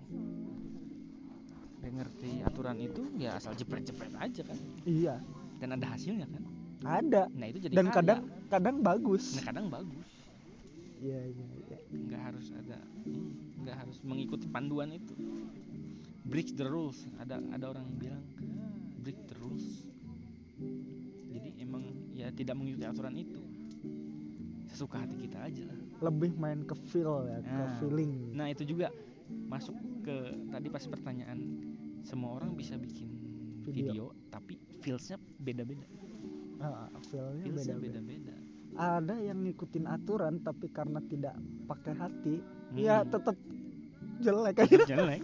nggak ngerti aturan itu ya asal jepret-jepret aja kan,
Iya,
dan ada hasilnya kan.
ada.
Nah itu jadi
Dan
karya.
kadang kadang bagus.
Nah kadang bagus,
Iya, iya, iya.
nggak harus ada nggak harus mengikuti panduan itu. Break the rules, ada ada orang bilang break the rules. Jadi emang ya tidak mengikuti aturan itu, sesuka hati kita aja lah.
Lebih main ke feel ya, ke
Nah,
feeling.
nah itu juga masuk ke tadi pas pertanyaan, semua orang bisa bikin video,
Video.
tapi feelsnya beda-beda.
Ah, feelnya
Feelsnya
beda-beda.
beda-beda.
Ada yang ngikutin aturan tapi karena tidak pakai hati,
Hmm.
ya tetap jelek aja.
Jelek.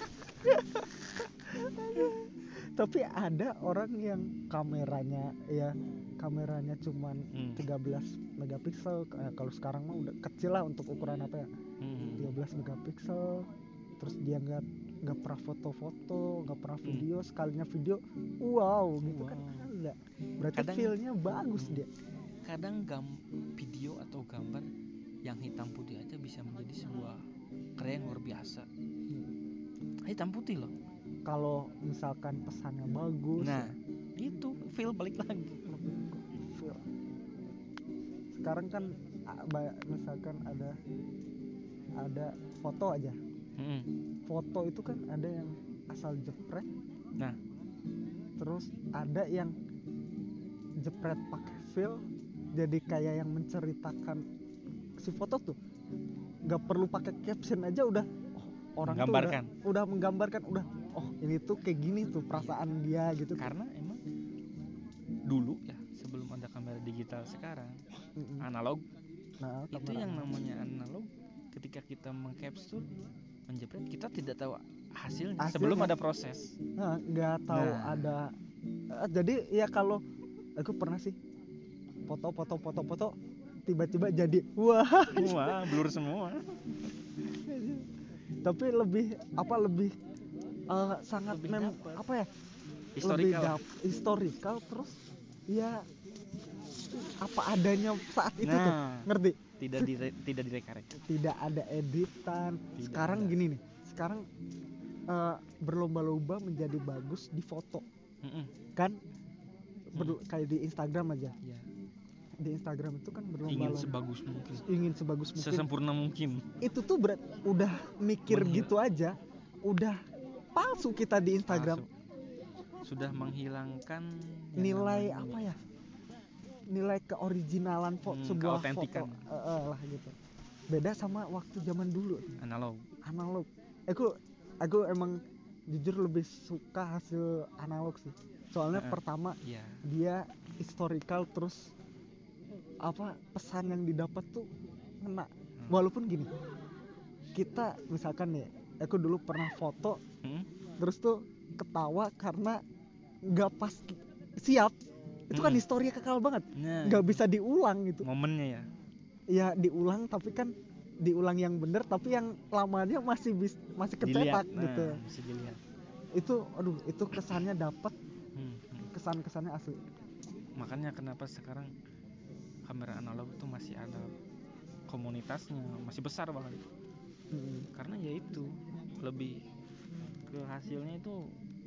Tapi ada orang yang kameranya ya kameranya cuman
Hmm.
tiga belas megapiksel. Eh, kalau sekarang mah udah kecil lah untuk ukuran apa ya,
Hmm.
tiga belas megapiksel. Terus dia nggak nggak pernah foto-foto, nggak pernah
Hmm.
video, sekalinya video wow gitu kan
Wow.
ada. Berarti
Kadang-
feel-nya bagus
Hmm.
dia.
Kadang gam video atau gambar yang hitam putih aja bisa menjadi sebuah karya yang luar biasa. Hitam putih loh.
Kalau misalkan pesannya bagus,
Nah itu feel balik lagi.
lebih ke feel. Sekarang kan a- ba- misalkan ada ada foto aja.
Hmm.
Foto itu kan ada yang asal jepret,
Nah
terus ada yang jepret pakai feel, jadi kayak yang menceritakan komposisi foto tuh nggak perlu pakai caption aja udah oh, orang
Menggambarkan.
tuh udah, udah menggambarkan udah oh ini tuh kayak gini tuh perasaan dia gitu.
Karena emang dulu ya sebelum ada kamera digital sekarang
Mm-mm.
analog
Nah,
itu
kamera
yang
analog.
namanya analog ketika kita mengcapture menjepret kita tidak tahu hasilnya,
Hasilnya.
sebelum ada proses.
Nah, nggak tahu
Nah.
ada eh, jadi ya kalau aku pernah sih foto foto foto foto tiba-tiba jadi wah
Wah, blur semua.
tapi lebih apa lebih eh, sangat
Lebih
mem,
dapet.
apa ya lebih
Historical.
dap- historical terus ya apa adanya saat itu
Nah.
tuh ngerti
Tidak dire, tidak direka-reka.
tidak ada editan.
Tidak
Sekarang
ada.
gini nih sekarang eh, berlomba-lomba menjadi bagus di foto
Mm-mm.
kan Berlo- kayak di Instagram aja
Ya,
di Instagram itu kan
ingin
berlomba-lomba
sebagus mungkin,
ingin sebagus mungkin
sesempurna mungkin.
itu tuh berat udah mikir
Menghil-
gitu aja udah palsu kita di Instagram.
Palsu. Sudah menghilangkan yang
Nilai
namanya
apa ya nilai keoriginalan fo-
Hmm,
sebuah
keautentikan.
foto eh, eh, lah gitu beda sama waktu zaman dulu
analog.
analog. Aku aku emang jujur lebih suka hasil analog sih soalnya
Heeh.
pertama
Iya.
dia historical terus apa pesan yang didapat tuh ngena.
Hmm.
Walaupun gini kita misalkan nih aku dulu pernah foto
Hmm?
terus tuh ketawa karena nggak pas siap itu kan
Mm-mm.
historia kekal banget
Nah,
nggak bisa diulang gitu
momennya ya.
ya diulang tapi kan diulang yang bener tapi yang lamanya masih bis, masih kecetak
Dilihat. Nah,
gitu
bisa dilihat.
itu aduh itu kesannya dapat
Hmm, hmm.
kesan-kesannya asli.
Makanya kenapa sekarang kamera analog itu masih ada komunitasnya, masih besar banget.
Mm.
Karena ya itu lebih ke hasilnya itu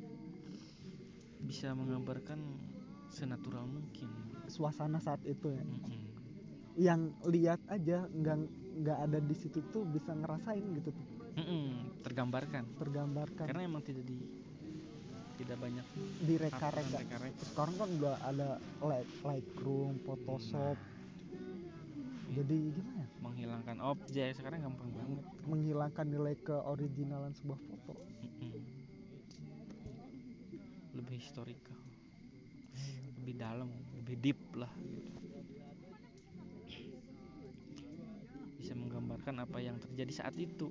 bisa menggambarkan senatural mungkin.
Suasana saat itu ya
Mm-mm.
yang lihat aja nggak nggak ada di situ tuh bisa ngerasain gitu tuh
Mm-mm. Tergambarkan.
tergambarkan
Karena emang tidak di tidak banyak
direka-reka.
reka-reka.
Sekarang kan udah ada Light- Lightroom, Photoshop. Jadi gimana ya?
Menghilangkan objek sekarang gampang banget.
Menghilangkan nilai keoriginalan sebuah foto.
Mm-mm. Lebih historical, lebih dalam, lebih deep lah gitu. Bisa menggambarkan apa yang terjadi saat itu,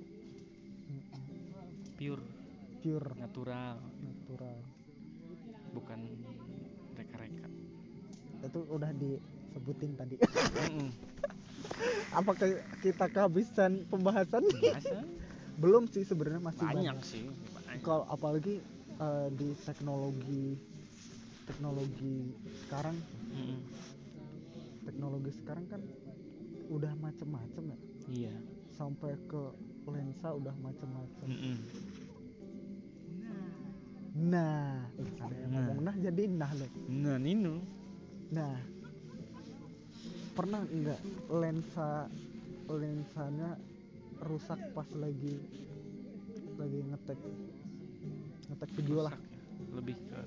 pure,
Pure,
natural,
natural.
bukan reka-reka.
Itu udah disebutin tadi.
Mm-mm.
Apakah kita kehabisan pembahasan?
Biasa,
Belum sih sebenarnya masih
banyak
banyak.
sih, banyak.
Kalau apalagi eh, di teknologi teknologi sekarang
Mm-mm.
teknologi sekarang kan udah macem-macem ya
Iya.
sampai ke lensa udah macem-macem.
Mm-mm.
Nah ada yang
Nah.
ngomong nah jadi nah loh.
Nah, Nino.
Nah pernah nggak lensa lensanya rusak pas lagi lagi ngetek ngetek video lah.
Rusak ya. Lebih ke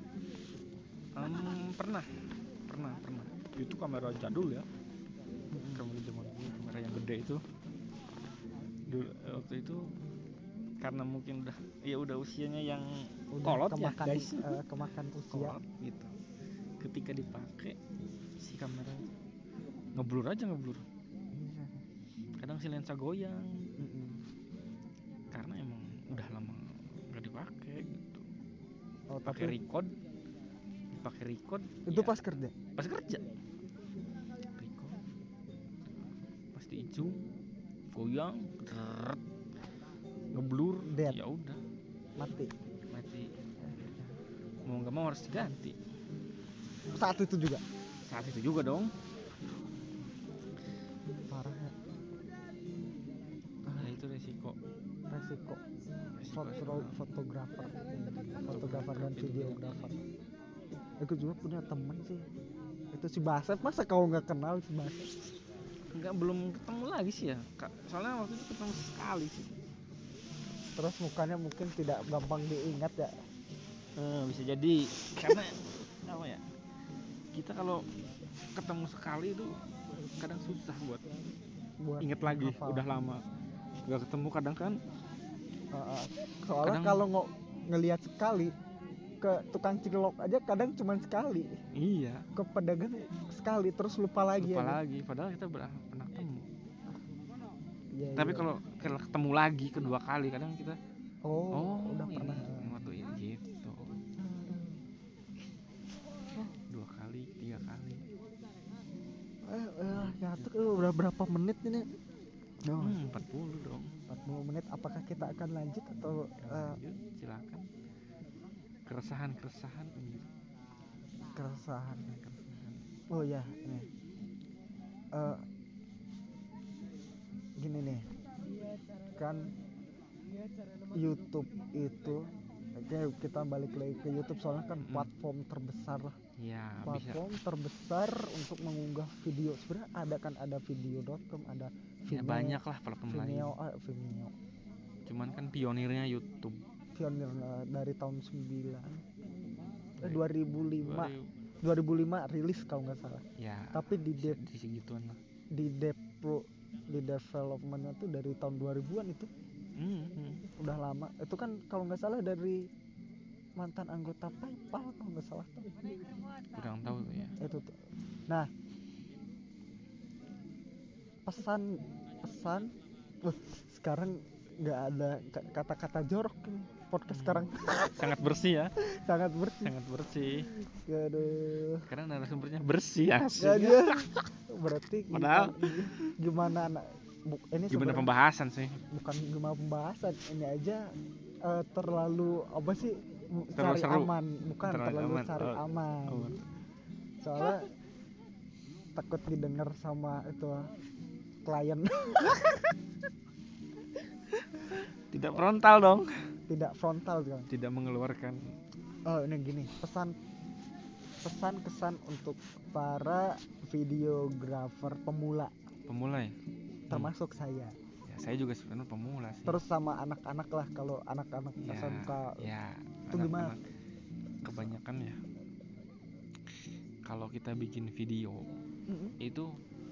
um, pernah pernah pernah itu kamera jadul ya, kamera zaman dulu, kamera yang gede itu dulu waktu itu karena mungkin udah ya udah usianya yang
Udah
kolot ya
kemakan
guys,
eh, kemakan usia.
kolot gitu. Ketika dipakai si kamera ngeblur aja ngeblur,
Iya.
kadang si lensa goyang
Mm-mm.
karena emang udah lama nggak dipakai gitu.
Oh,
Pakai
tapi
record, dipakai record
itu
ya,
pas kerja.
pas kerja record pas di zoom goyang drrrt, ngeblur
Dead.
ya udah
Mati
mati, mau nggak mau harus diganti
saat itu juga.
saat itu juga dong.
Parah ya.
Ya itu resiko
Resiko
resiko
foto
sekarang.
fotografer fotografer dan videografer. Aku juga punya temen sih itu si Basep, masa kau nggak kenal si Basep?
Enggak, belum ketemu lagi sih ya Kak. Soalnya waktu itu ketemu sekali sih.
Terus mukanya mungkin tidak gampang diingat ya.
Eh, bisa jadi karena apa ya, kita kalau ketemu sekali itu kadang susah buat
buat
inget lagi
hafal.
udah lama nggak ketemu. Kadang kan
Uh, uh, soalnya
Kadang-
kalau nggak ngelihat sekali ke tukang cilok aja kadang cuma sekali,
iya
ke pedagang sekali terus lupa lagi
lupa
aja.
lagi padahal kita ber- pernah ketemu.
Iya,
Tapi
iya.
kalau kalau ketemu lagi kedua kali kadang kita
oh,
oh
udah
ini
pernah
waktu ini gitu. Dua kali tiga kali.
eh, eh nyatu eh, udah berapa menit ini? Oh,
Hmm, empat puluh dong.
empat puluh menit. Apakah kita akan lanjut atau
Ya,
eh,
lanjut silakan. Keresahan-keresahan anjir.
keresahan?
Keresahan.
Oh ya, nih. Eh, gini nih. Kan YouTube itu, oke kita balik lagi ke YouTube soalnya kan
Mm-mm.
platform terbesar lah.
Ya bisa.
Platform terbesar untuk mengunggah video. Sebenarnya ada kan ada video dot com, ada
Ya,
Vimeo,
banyak lah platform lain.
Vimeo, ah, Vimeo.
Cuman kan pionirnya YouTube.
Pionir eh, dari tahun sembilan eh
Dari
dua ribu lima
dua ribu.
dua ribu lima rilis kalau nggak salah.
Ya.
Tapi di de-
di segituan lah.
di deplo di developmentnya tuh dari tahun dua ribuan itu.
Mm-hmm.
Udah lama. Itu kan kalau nggak salah dari mantan anggota PayPal kalau nggak salah tuh.
Kurang tahu tuh ya.
Itu tuh. Nah, pesan pesan uh, sekarang nggak ada k- kata-kata jorok ini podcast
Hmm.
sekarang.
Sangat bersih ya.
Sangat bersih.
Sangat bersih.
Aduh.
Karena narasumbernya bersih asik.
Ya dia. Berarti
Padahal-
gimana, gimana anak bu, ini
Gimana
sebenarnya
pembahasan sih?
bukan gimana pembahasan ini aja eh, terlalu apa sih m-
Terlalu
cari
seru.
aman bukan
Terlalu
terlalu,
aman.
cari
Oh.
aman
Oh.
soalnya takut didengar sama itu klien.
Tidak frontal dong.
Tidak frontal kan.
Tidak mengeluarkan.
Oh ini gini pesan pesan kesan untuk para videografer pemula
Pemula ya?
termasuk saya.
Ya saya juga sebenarnya pemula sih.
Terus sama anak-anak lah kalau anak-anak
ya,
S M K.
Ya.
Itu gimana?
anak-anak Kebanyakan ya. Kalau kita bikin video
Mm-mm.
itu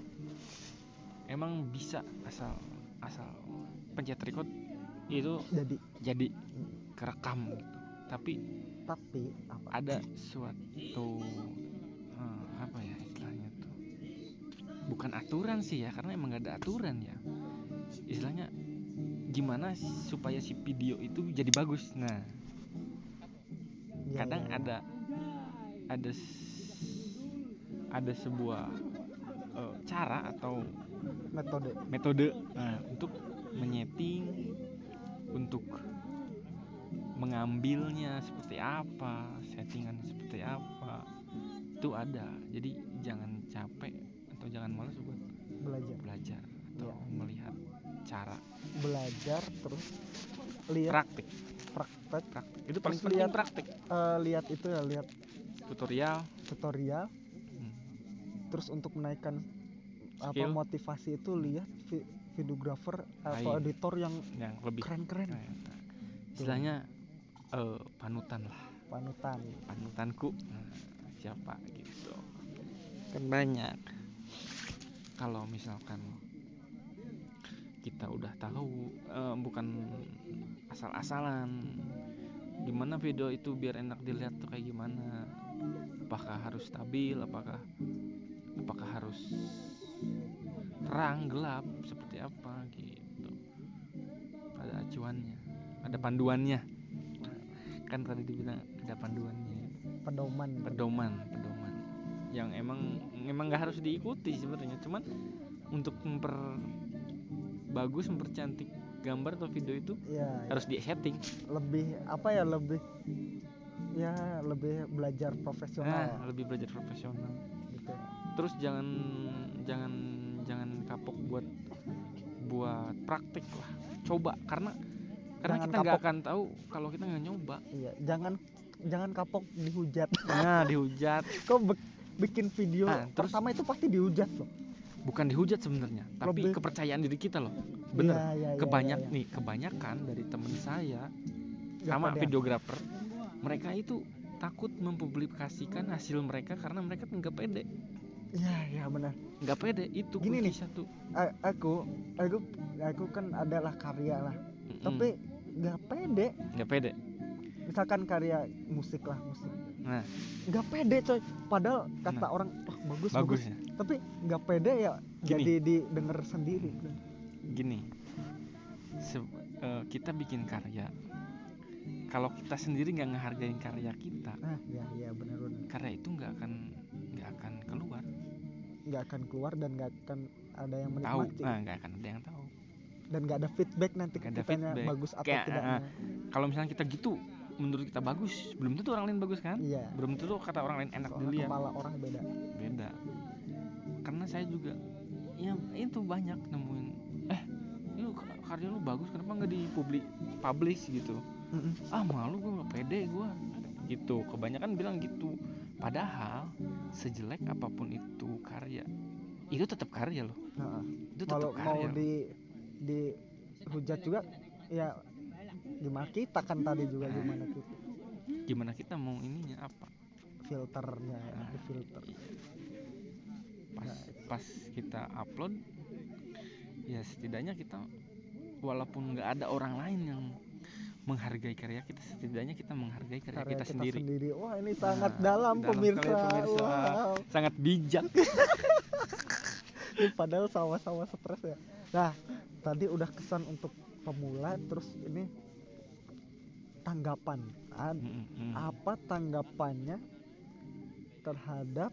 emang bisa asal asal pencet record itu
Jadi
jadi kerekam gitu. Tapi
tapi apa?
ada suatu eh, apa ya istilahnya tuh, bukan aturan sih ya, karena emang gak ada aturan ya istilahnya, gimana supaya si video itu jadi bagus. Nah
Ya,
kadang
ya, ya.
ada ada ada sebuah eh, cara atau
metode.
metode nah, untuk menyeting, untuk mengambilnya seperti apa, settingan seperti apa, itu ada. Jadi jangan capek atau jangan malas buat
Belajar.
belajar atau
Ya.
melihat cara
Belajar terus lihat
praktik.
praktek.
Praktik itu
Terus
paling penting,
lihat-
praktik.
Eh, lihat itu ya lihat
Tutorial.
tutorial.
Hmm.
Terus untuk menaikkan apa
Skill.
motivasi itu lihat vi- videographer atau
Lain.
editor yang
Yang lebih
keren-keren.
keren. Nah, istilahnya eh, panutan lah,
Panutan.
panutanku. Nah, siapa gitu kan banyak. Kalau misalkan kita udah tahu eh, bukan asal-asalan gimana video itu biar enak dilihat tuh kayak gimana, apakah harus stabil, apakah apakah harus terang gelap seperti apa gitu, ada acuannya, ada panduannya. Kan tadi dibilang ada panduannya,
Pedoman.
pedoman pedoman yang emang emang nggak harus diikuti sebenarnya, cuman untuk memperbagus, mempercantik gambar atau video itu
Ya,
harus di setting.
lebih apa ya lebih ya lebih belajar profesional
Nah, lebih belajar profesional.
gitu.
Terus jangan jangan jangan kapok buat buat praktik lah, coba, karena karena
Jangan
kita nggak
kapok.
akan tahu kalau kita nggak nyoba.
Iya, jangan jangan kapok dihujat.
Nah, dihujat.
Kok be- bikin video
Nah, terus-
pertama itu pasti dihujat loh.
Bukan dihujat sebenarnya, tapi
Lebih-
kepercayaan diri kita loh. Bener.
Iya, iya, iya,
Kebanyak
iya, iya.
nih, kebanyakan dari temen saya
Gak
sama
pede.
videografer, mereka itu takut mempublikasikan hasil mereka karena mereka nggak pede.
Iya, iya benar.
Nggak pede, itu
Gini
kunci
nih.
satu.
A- aku aku aku kan adalah karya lah.
Mm-mm.
Tapi nggak pede.
Nggak pede.
Misalkan karya musik lah, musik.
Nah,
Nggak pede coy. Padahal kata
Nah.
orang wah bagus
bagus
bagus.
ya.
Tapi nggak pede ya
Gini.
jadi didengar sendiri.
Gini, se- eh, kita bikin karya. Kalau kita sendiri nggak ngehargain karya kita,
Ah, ya ya benar benar.
karya itu nggak akan nggak akan keluar.
Nggak akan keluar dan nggak akan ada yang
Tahu,
menikmati.
nah nggak akan ada yang tahu.
Dan nggak ada feedback nanti
Nggak ada
kitanya
feedback.
bagus atau
Kayak,
tidaknya.
eh, Kalau misalnya kita gitu, menurut kita bagus, belum tentu orang lain bagus kan?
Iya.
Belum tentu kata orang lain enak
Soalnya
dilihat.
kepala orang beda.
Beda. Karena saya juga, ya itu banyak nemuin, eh, ini k- karya lu bagus, kenapa nggak dipublik, publish gitu?
Mm-mm.
Ah malu gue, nggak pede gue, gitu. Kebanyakan bilang gitu. Padahal sejelek apapun itu karya, itu tetap karya loh.
Nah,
Itu tetap
kalau mau
karya.
di di hujat juga ya gimana kita kan tadi juga
Nah.
gimana kita
Gimana kita mau ininya apa?
filternya ya,
Nah,
di filter.
Pas
Nah.
pas kita upload, ya setidaknya kita, walaupun nggak ada orang lain yang menghargai karya kita, setidaknya kita menghargai karya,
Karya
kita, sendiri.
Wah ini sangat
Nah,
dalam,
dalam
pemirsa.
sekali pemirsa.
Wow.
Sangat bijak.
Ini padahal sama-sama stres ya. Nah tadi udah kesan untuk pemula, terus ini tanggapan. Ad-
Mm, mm.
apa tanggapannya terhadap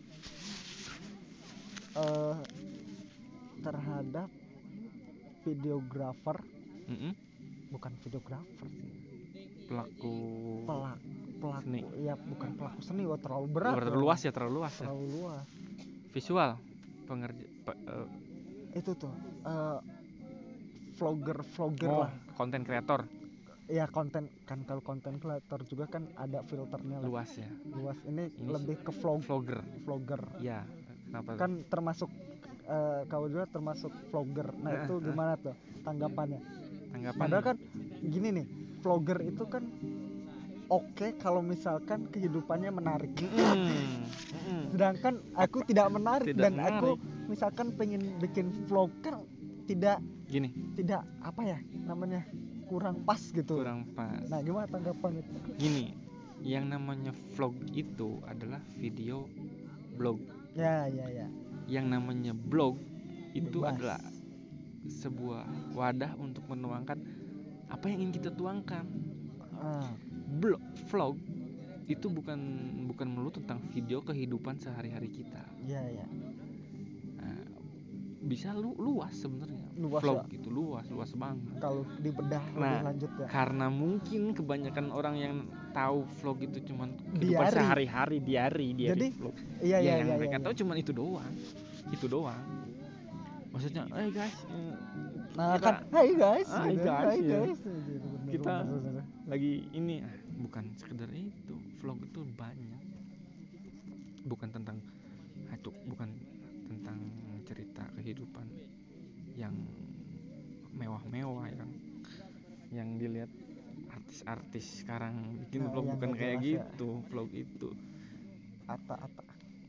eh, terhadap videografer,
Mm-mm.
bukan videografer sih,
Pelaku
pelaku pelaku
Seni.
ya bukan pelaku seni, wah terlalu berat,
terlalu
ya.
luas ya, terlalu luas ya.
terlalu luas.
Visual pengerja pe- eh,
Itu tuh eh, vlogger vlogger
oh,
lah
konten kreator
ya, konten kan. Kalau konten kreator juga kan ada filternya lah.
luas ya.
Luas ini,
Ini
lebih ke vlog
Vlogger.
vlogger
Ya, kenapa?
kan termasuk eh, kau juga termasuk vlogger. Nah
Nah,
itu
nah.
gimana tuh tanggapannya?
Tanggapan.
Padahal kan gini nih, vlogger itu kan oke kalau misalkan kehidupannya menarik.
Mm-mm. Mm-mm.
Sedangkan aku tidak menarik
Tidak
dan
menarik.
aku misalkan pengen bikin vlog kan tidak
Gini,
tidak apa ya namanya, kurang pas gitu.
kurang pas.
Nah gimana tanggapan itu?
Gini, yang namanya vlog itu adalah video blog.
Ya ya ya.
Yang namanya blog itu
Bebas.
adalah sebuah wadah untuk menuangkan apa yang ingin kita tuangkan.
Ah,
Blog, vlog itu bukan bukan melulu tentang video kehidupan sehari-hari kita.
ya ya.
Nah, bisa lu luas sebenarnya.
Luas
Vlog
ya.
itu luas, luas banget.
Kalau dibedah lebih
Nah,
lanjut ya.
karena mungkin kebanyakan orang yang tahu vlog itu cuman kehidupan
Diari.
sehari-hari, diari, diari
Jadi,
vlog.
Iya
ya
iya
yang
iya.
mereka
iya.
tahu cuman itu doang. Itu doang. Maksudnya, "Eh guys, eh,
Nah
kita
kan, hai guys,
Hai
gitu.
guys,
Hai
ya.
guys. Gitu, bener,
Kita
bener, bener.
lagi ini." Ah, bukan sekedar itu. Vlog itu banyak. Bukan tentang acuk, bukan tentang cerita kehidupan yang mewah-mewah ya kan. Yang dilihat artis-artis sekarang bikin
Nah,
vlog,
yang
bukan
nggak
kayak
jelas ya.
gitu. Vlog itu
Ata-ata.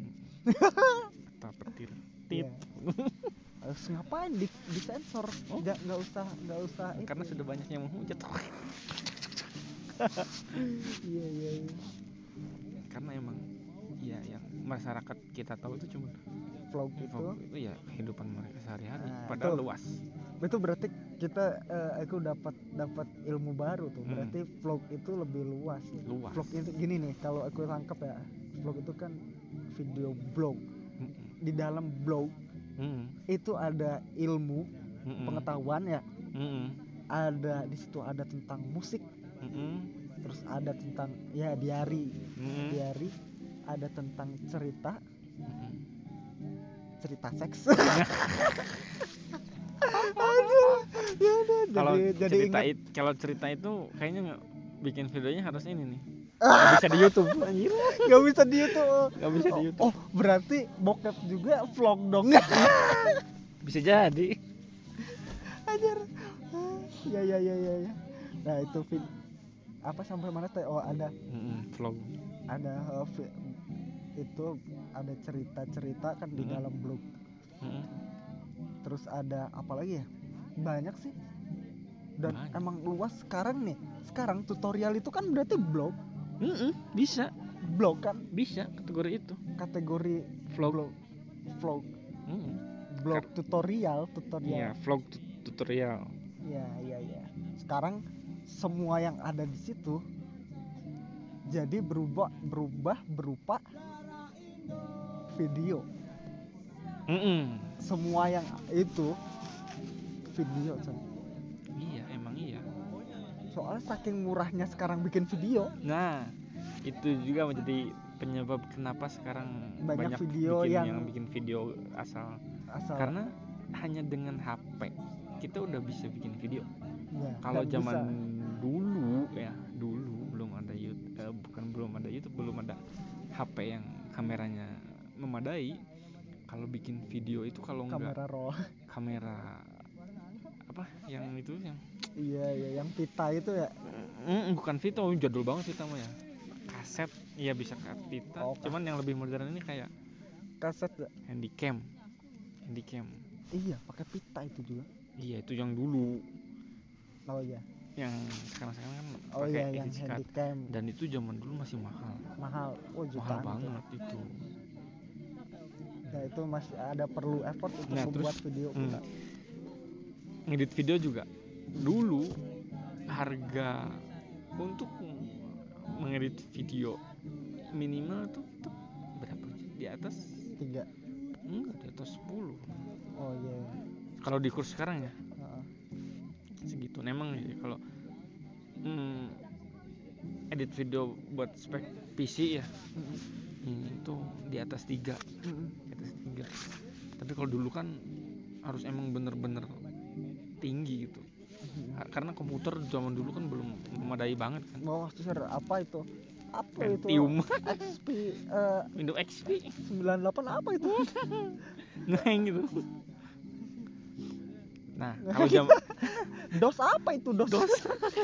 atau petir
Iya.
tit.
Harus ngapain di disensor?
Oh.
Nggak nggak usah nggak usah.
Karena
itu.
sudah banyak yang menghujat.
Iya iya. iya.
Karena emang ya yang masyarakat kita tahu itu cuma
Vlog itu.
vlog itu ya kehidupan mereka sehari-hari.
Nah,
Padahal
itu.
luas.
Itu berarti kita eh, aku dapat dapat ilmu baru tuh.
Hmm.
Berarti vlog itu lebih luas.
Luas.
Vlog itu gini nih, kalau aku tangkap ya, vlog itu kan video blog.
Mm-mm.
Di dalam blog
Mm-mm.
itu ada ilmu,
Mm-mm.
pengetahuan ya.
Mm-mm.
Ada di situ ada tentang musik,
Mm-mm.
terus ada tentang ya diari,
Mm-mm.
diari, ada tentang cerita,
Mm-mm.
cerita seks. Aduh, ya udah,
Kalau
jadi jadi
cerita
ingat.
it- kalau cerita itu kayaknya nggak bikin videonya harus ini nih.
Ah.
Nggak bisa di YouTube. Anjir.
Gak bisa di YouTube.
Nggak bisa di YouTube.
Oh, berarti bokep juga vlog dong.
Bisa jadi.
Ajar. Ya ya ya ya ya. Nah, itu vid apa sampai mana teh? Oh, ada
Mm-mm, vlog.
ada uh, vi- itu ada cerita-cerita kan di
Mm-mm.
dalam blog.
Mm-mm.
Terus ada apa lagi ya? Banyak sih. Dan
Banyak.
emang luas sekarang nih. Sekarang tutorial itu kan berarti blog.
Mm-mm, bisa
Blog kan
bisa kategori itu
kategori
vlog.
blog. Vlog.
Mm-mm.
Blog
Kar-
tutorial,
Iya,
tutorial.
vlog tut- tutorial.
Iya, iya, iya. Sekarang semua yang ada di situ jadi berubah berubah berupa video.
Mm-mm.
Semua yang itu video, coy.
Iya, emang iya.
Soalnya saking murahnya sekarang bikin video,
Nah, itu juga menjadi penyebab kenapa sekarang
Banyak
banyak,
video
bikin
yang-
yang bikin video asal.
asal
Karena hanya dengan H P kita udah bisa bikin video.
ya,
Kalau
dan
zaman
bisa.
dulu ya, dulu belum ada YouTube, eh, bukan belum ada YouTube, belum ada H P yang kameranya memadai. Kalau bikin video itu kalau enggak
kamera roll.
kamera apa yang itu yang
Iya, iya, yang pita itu ya.
Mm, bukan Vita, oh, jadul banget Vita mah ya. Kaset, iya bisa kayak Vita.
Oh,
Cuman yang lebih modern ini kayak
Kaset ya.
handycam. Handycam.
Iya, pakai pita itu juga.
Iya, itu yang dulu.
Oh iya.
Yang sekarang-sekarang kan
Oh
pakai
iya, yang
edit card.
handycam.
Dan itu zaman dulu masih mahal.
Mahal. Oh,
Mahal
jutaan itu.
banget itu.
Ya itu masih ada perlu effort untuk
Nah,
membuat
terus,
video
hmm.
pula.
Ngedit video juga. Dulu harga untuk mengedit video minimal tuh, tuh berapa sih? Di atas
Tiga.
enggak, di atas sepuluh.
Oh iya.
Kalau di kurs sekarang ya
Heeh.
segitu. Memang ya kalau hmm, edit video buat spek P C ya, ini tuh di atas tiga. Di atas tiga. Tapi kalau dulu kan harus emang bener-bener tinggi gitu. Karena komputer zaman dulu kan belum memadai banget kan.
Mau share apa itu? Apa
Pentium.
itu? X P eh,
Windows X P.
sembilan puluh delapan apa itu?
Nah yang gitu. Nah kalau zaman
DOS apa itu DOS?
DOS.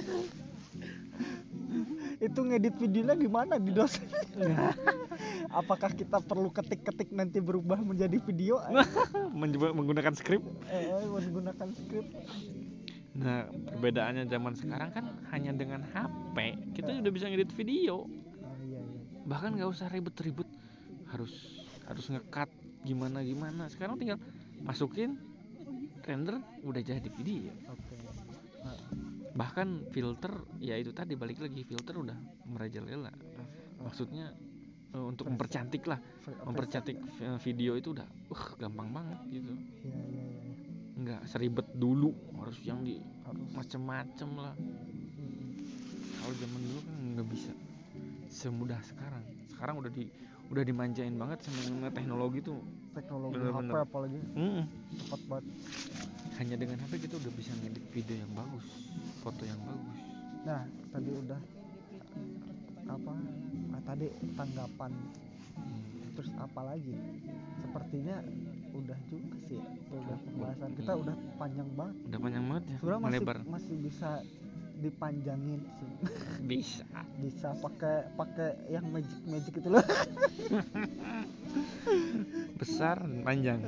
Itu ngedit videonya gimana di DOS? Apakah kita perlu ketik-ketik nanti berubah menjadi video?
Mencoba menggunakan skrip.
Eh, menggunakan script.
Nah perbedaannya zaman sekarang kan hanya dengan H P kita udah bisa ngedit video.
Oh iya iya.
Bahkan nggak usah ribet-ribet harus harus ngekat gimana gimana. Sekarang tinggal masukin render udah jadi video.
Oke. Nah,
Bahkan filter ya itu tadi balik lagi filter udah merajalela. Maksudnya eh, untuk mempercantik lah, mempercantik eh, video itu udah uh gampang banget gitu.
iya iya iya.
Nggak seribet dulu harus yang di
Harus.
macem-macem lah. Kalau zaman dulu kan nggak bisa semudah sekarang. Sekarang udah di udah dimanjain banget sama teknologi tuh.
Teknologi
Bener-bener.
H P apalagi
Mm-mm.
cepat banget.
Hanya dengan H P kita udah bisa ngedit video yang bagus, foto yang bagus.
Nah, tadi udah apa? Ah, tadi tanggapan.
Hmm.
Terus apa lagi? Sepertinya udah juga sih. Udah pembahasan kita
Hmm.
udah panjang banget.
Udah panjang banget ya,
Sebenarnya masih
melebar.
masih bisa dipanjangin sih.
Bisa.
Bisa pakai pakai yang magic magic itu loh.
Besar dan panjang.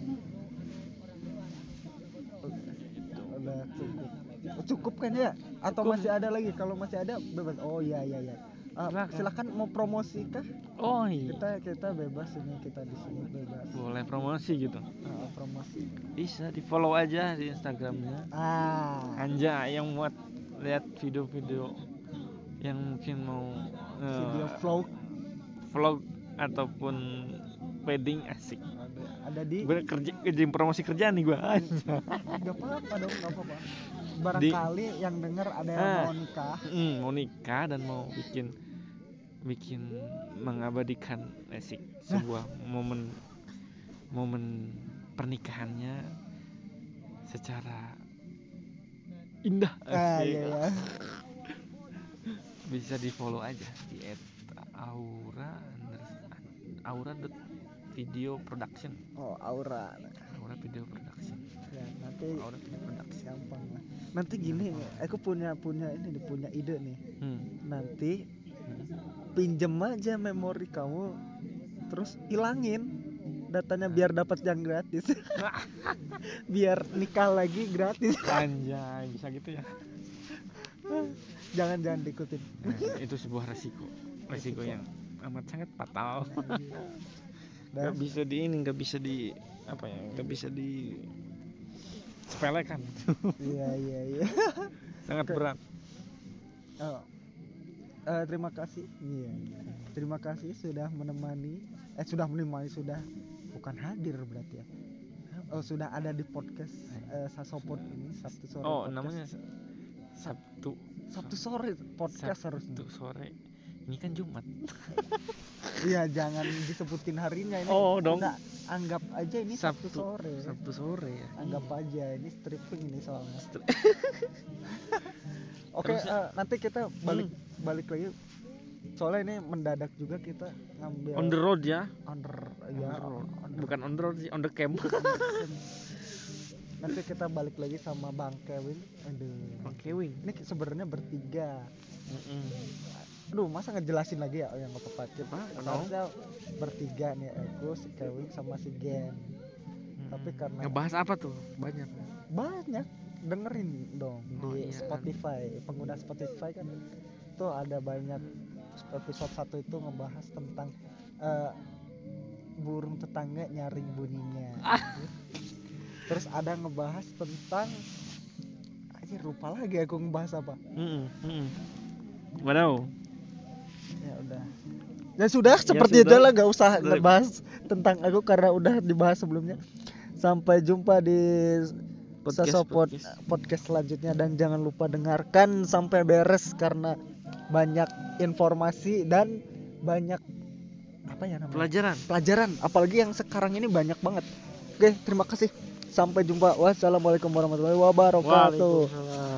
Udah cukup. Cukup kan ya? Atau
Cukup.
masih ada lagi? Kalau masih ada bebas. Oh iya iya iya. Ah,
Silakan.
silakan mau promosi kah?
Oh iya.
Kita kita bebas ini kita di sini bebas.
Boleh promosi gitu.
Ah, promosi.
Bisa di follow aja di Instagramnya.
Ah.
Anja yang muat lihat video-video yang mungkin mau eh,
Video vlog
vlog ataupun wedding asik.
ada, ada di
Gue kerja kerjain promosi kerjaan nih gue.
nggak apa-apa dong nggak apa-apa. Barangkali yang dengar ada yang
Ah.
mau nikah.
Hmm, mau nikah dan mau bikin bikin mengabadikan asik sebuah momen momen pernikahannya secara indah.
Ah,
asik.
iya, iya.
Bisa di follow aja di et aura aura dot video production.
Oh, Aura.
Aura video production.
Ya, nanti
Aura video production.
gampang lah. Nanti gini, aku punya punya ini nih, punya ide nih.
Hmm.
Nanti
Hmm.
pinjem aja memori kamu terus hilangin datanya biar dapat yang gratis. Biar nikah lagi gratis.
Anjay, bisa gitu ya.
Jangan jangan diikutin.
Nah, itu sebuah resiko resiko yang amat sangat fatal. Gak
Dan
bisa di ini, gak bisa di apa ya, gak bisa di sepelekan.
iya iya iya.
Sangat
Oke.
berat.
Oh. Eh, terima kasih. Iya, iya. Terima kasih sudah menemani eh sudah menemani sudah bukan hadir berarti ya. Oh, sudah ada di podcast eh, Sasopod ini Sabtu sore.
Oh,
podcast.
namanya Sabtu
Sabtu sore podcast harusnya.
Sabtu sore. Ini kan Jumat.
Iya, jangan disebutin harinya ini.
Oh, dong.
Udah, anggap aja ini Sabtu,
Sabtu
sore.
Sabtu sore ya.
Anggap aja ini stripping ini soalnya.
Stri-
Oke,
Terus-
eh, nanti kita balik balik lagi. Soalnya ini mendadak juga kita ngambil
On the road ya.
on the,
On
ya,
the road.
on the-
Bukan on the road sih, on the camp.
Nanti kita balik lagi sama Bang Kevin. Aduh.
Oke, wing.
Ini sebenarnya bertiga.
Mm-mm.
Aduh, masa ngejelasin lagi ya? Oh, yang apa kita
Apa?
harusnya bertiga nih, aku, si Kevin sama si Gen. Tapi karena-
ngebahas apa tuh? Banyak.
Banyak dengerin dong
Oh,
di
iya.
Spotify. Pengguna Spotify kan tuh ada banyak episode satu itu ngebahas tentang eh, burung tetangga nyaring bunyinya. Terus ada ngebahas tentang aja lupa lagi aku ngebahas apa.
Mm-mm, mm-mm. Waduh.
Ya udah. Ya sudah, seperti
sudah.
itu lah, gak usah
Sudah.
ngebahas tentang aku karena udah dibahas sebelumnya. Sampai jumpa di
Podcast,
Sasopod
podcast.
podcast selanjutnya dan jangan lupa dengarkan sampai beres karena banyak informasi dan banyak apa ya namanya?
Pelajaran.
Pelajaran, apalagi yang sekarang ini banyak banget. Oke, terima kasih. Sampai jumpa. Wassalamualaikum warahmatullahi wabarakatuh.
Waalaikumsalam.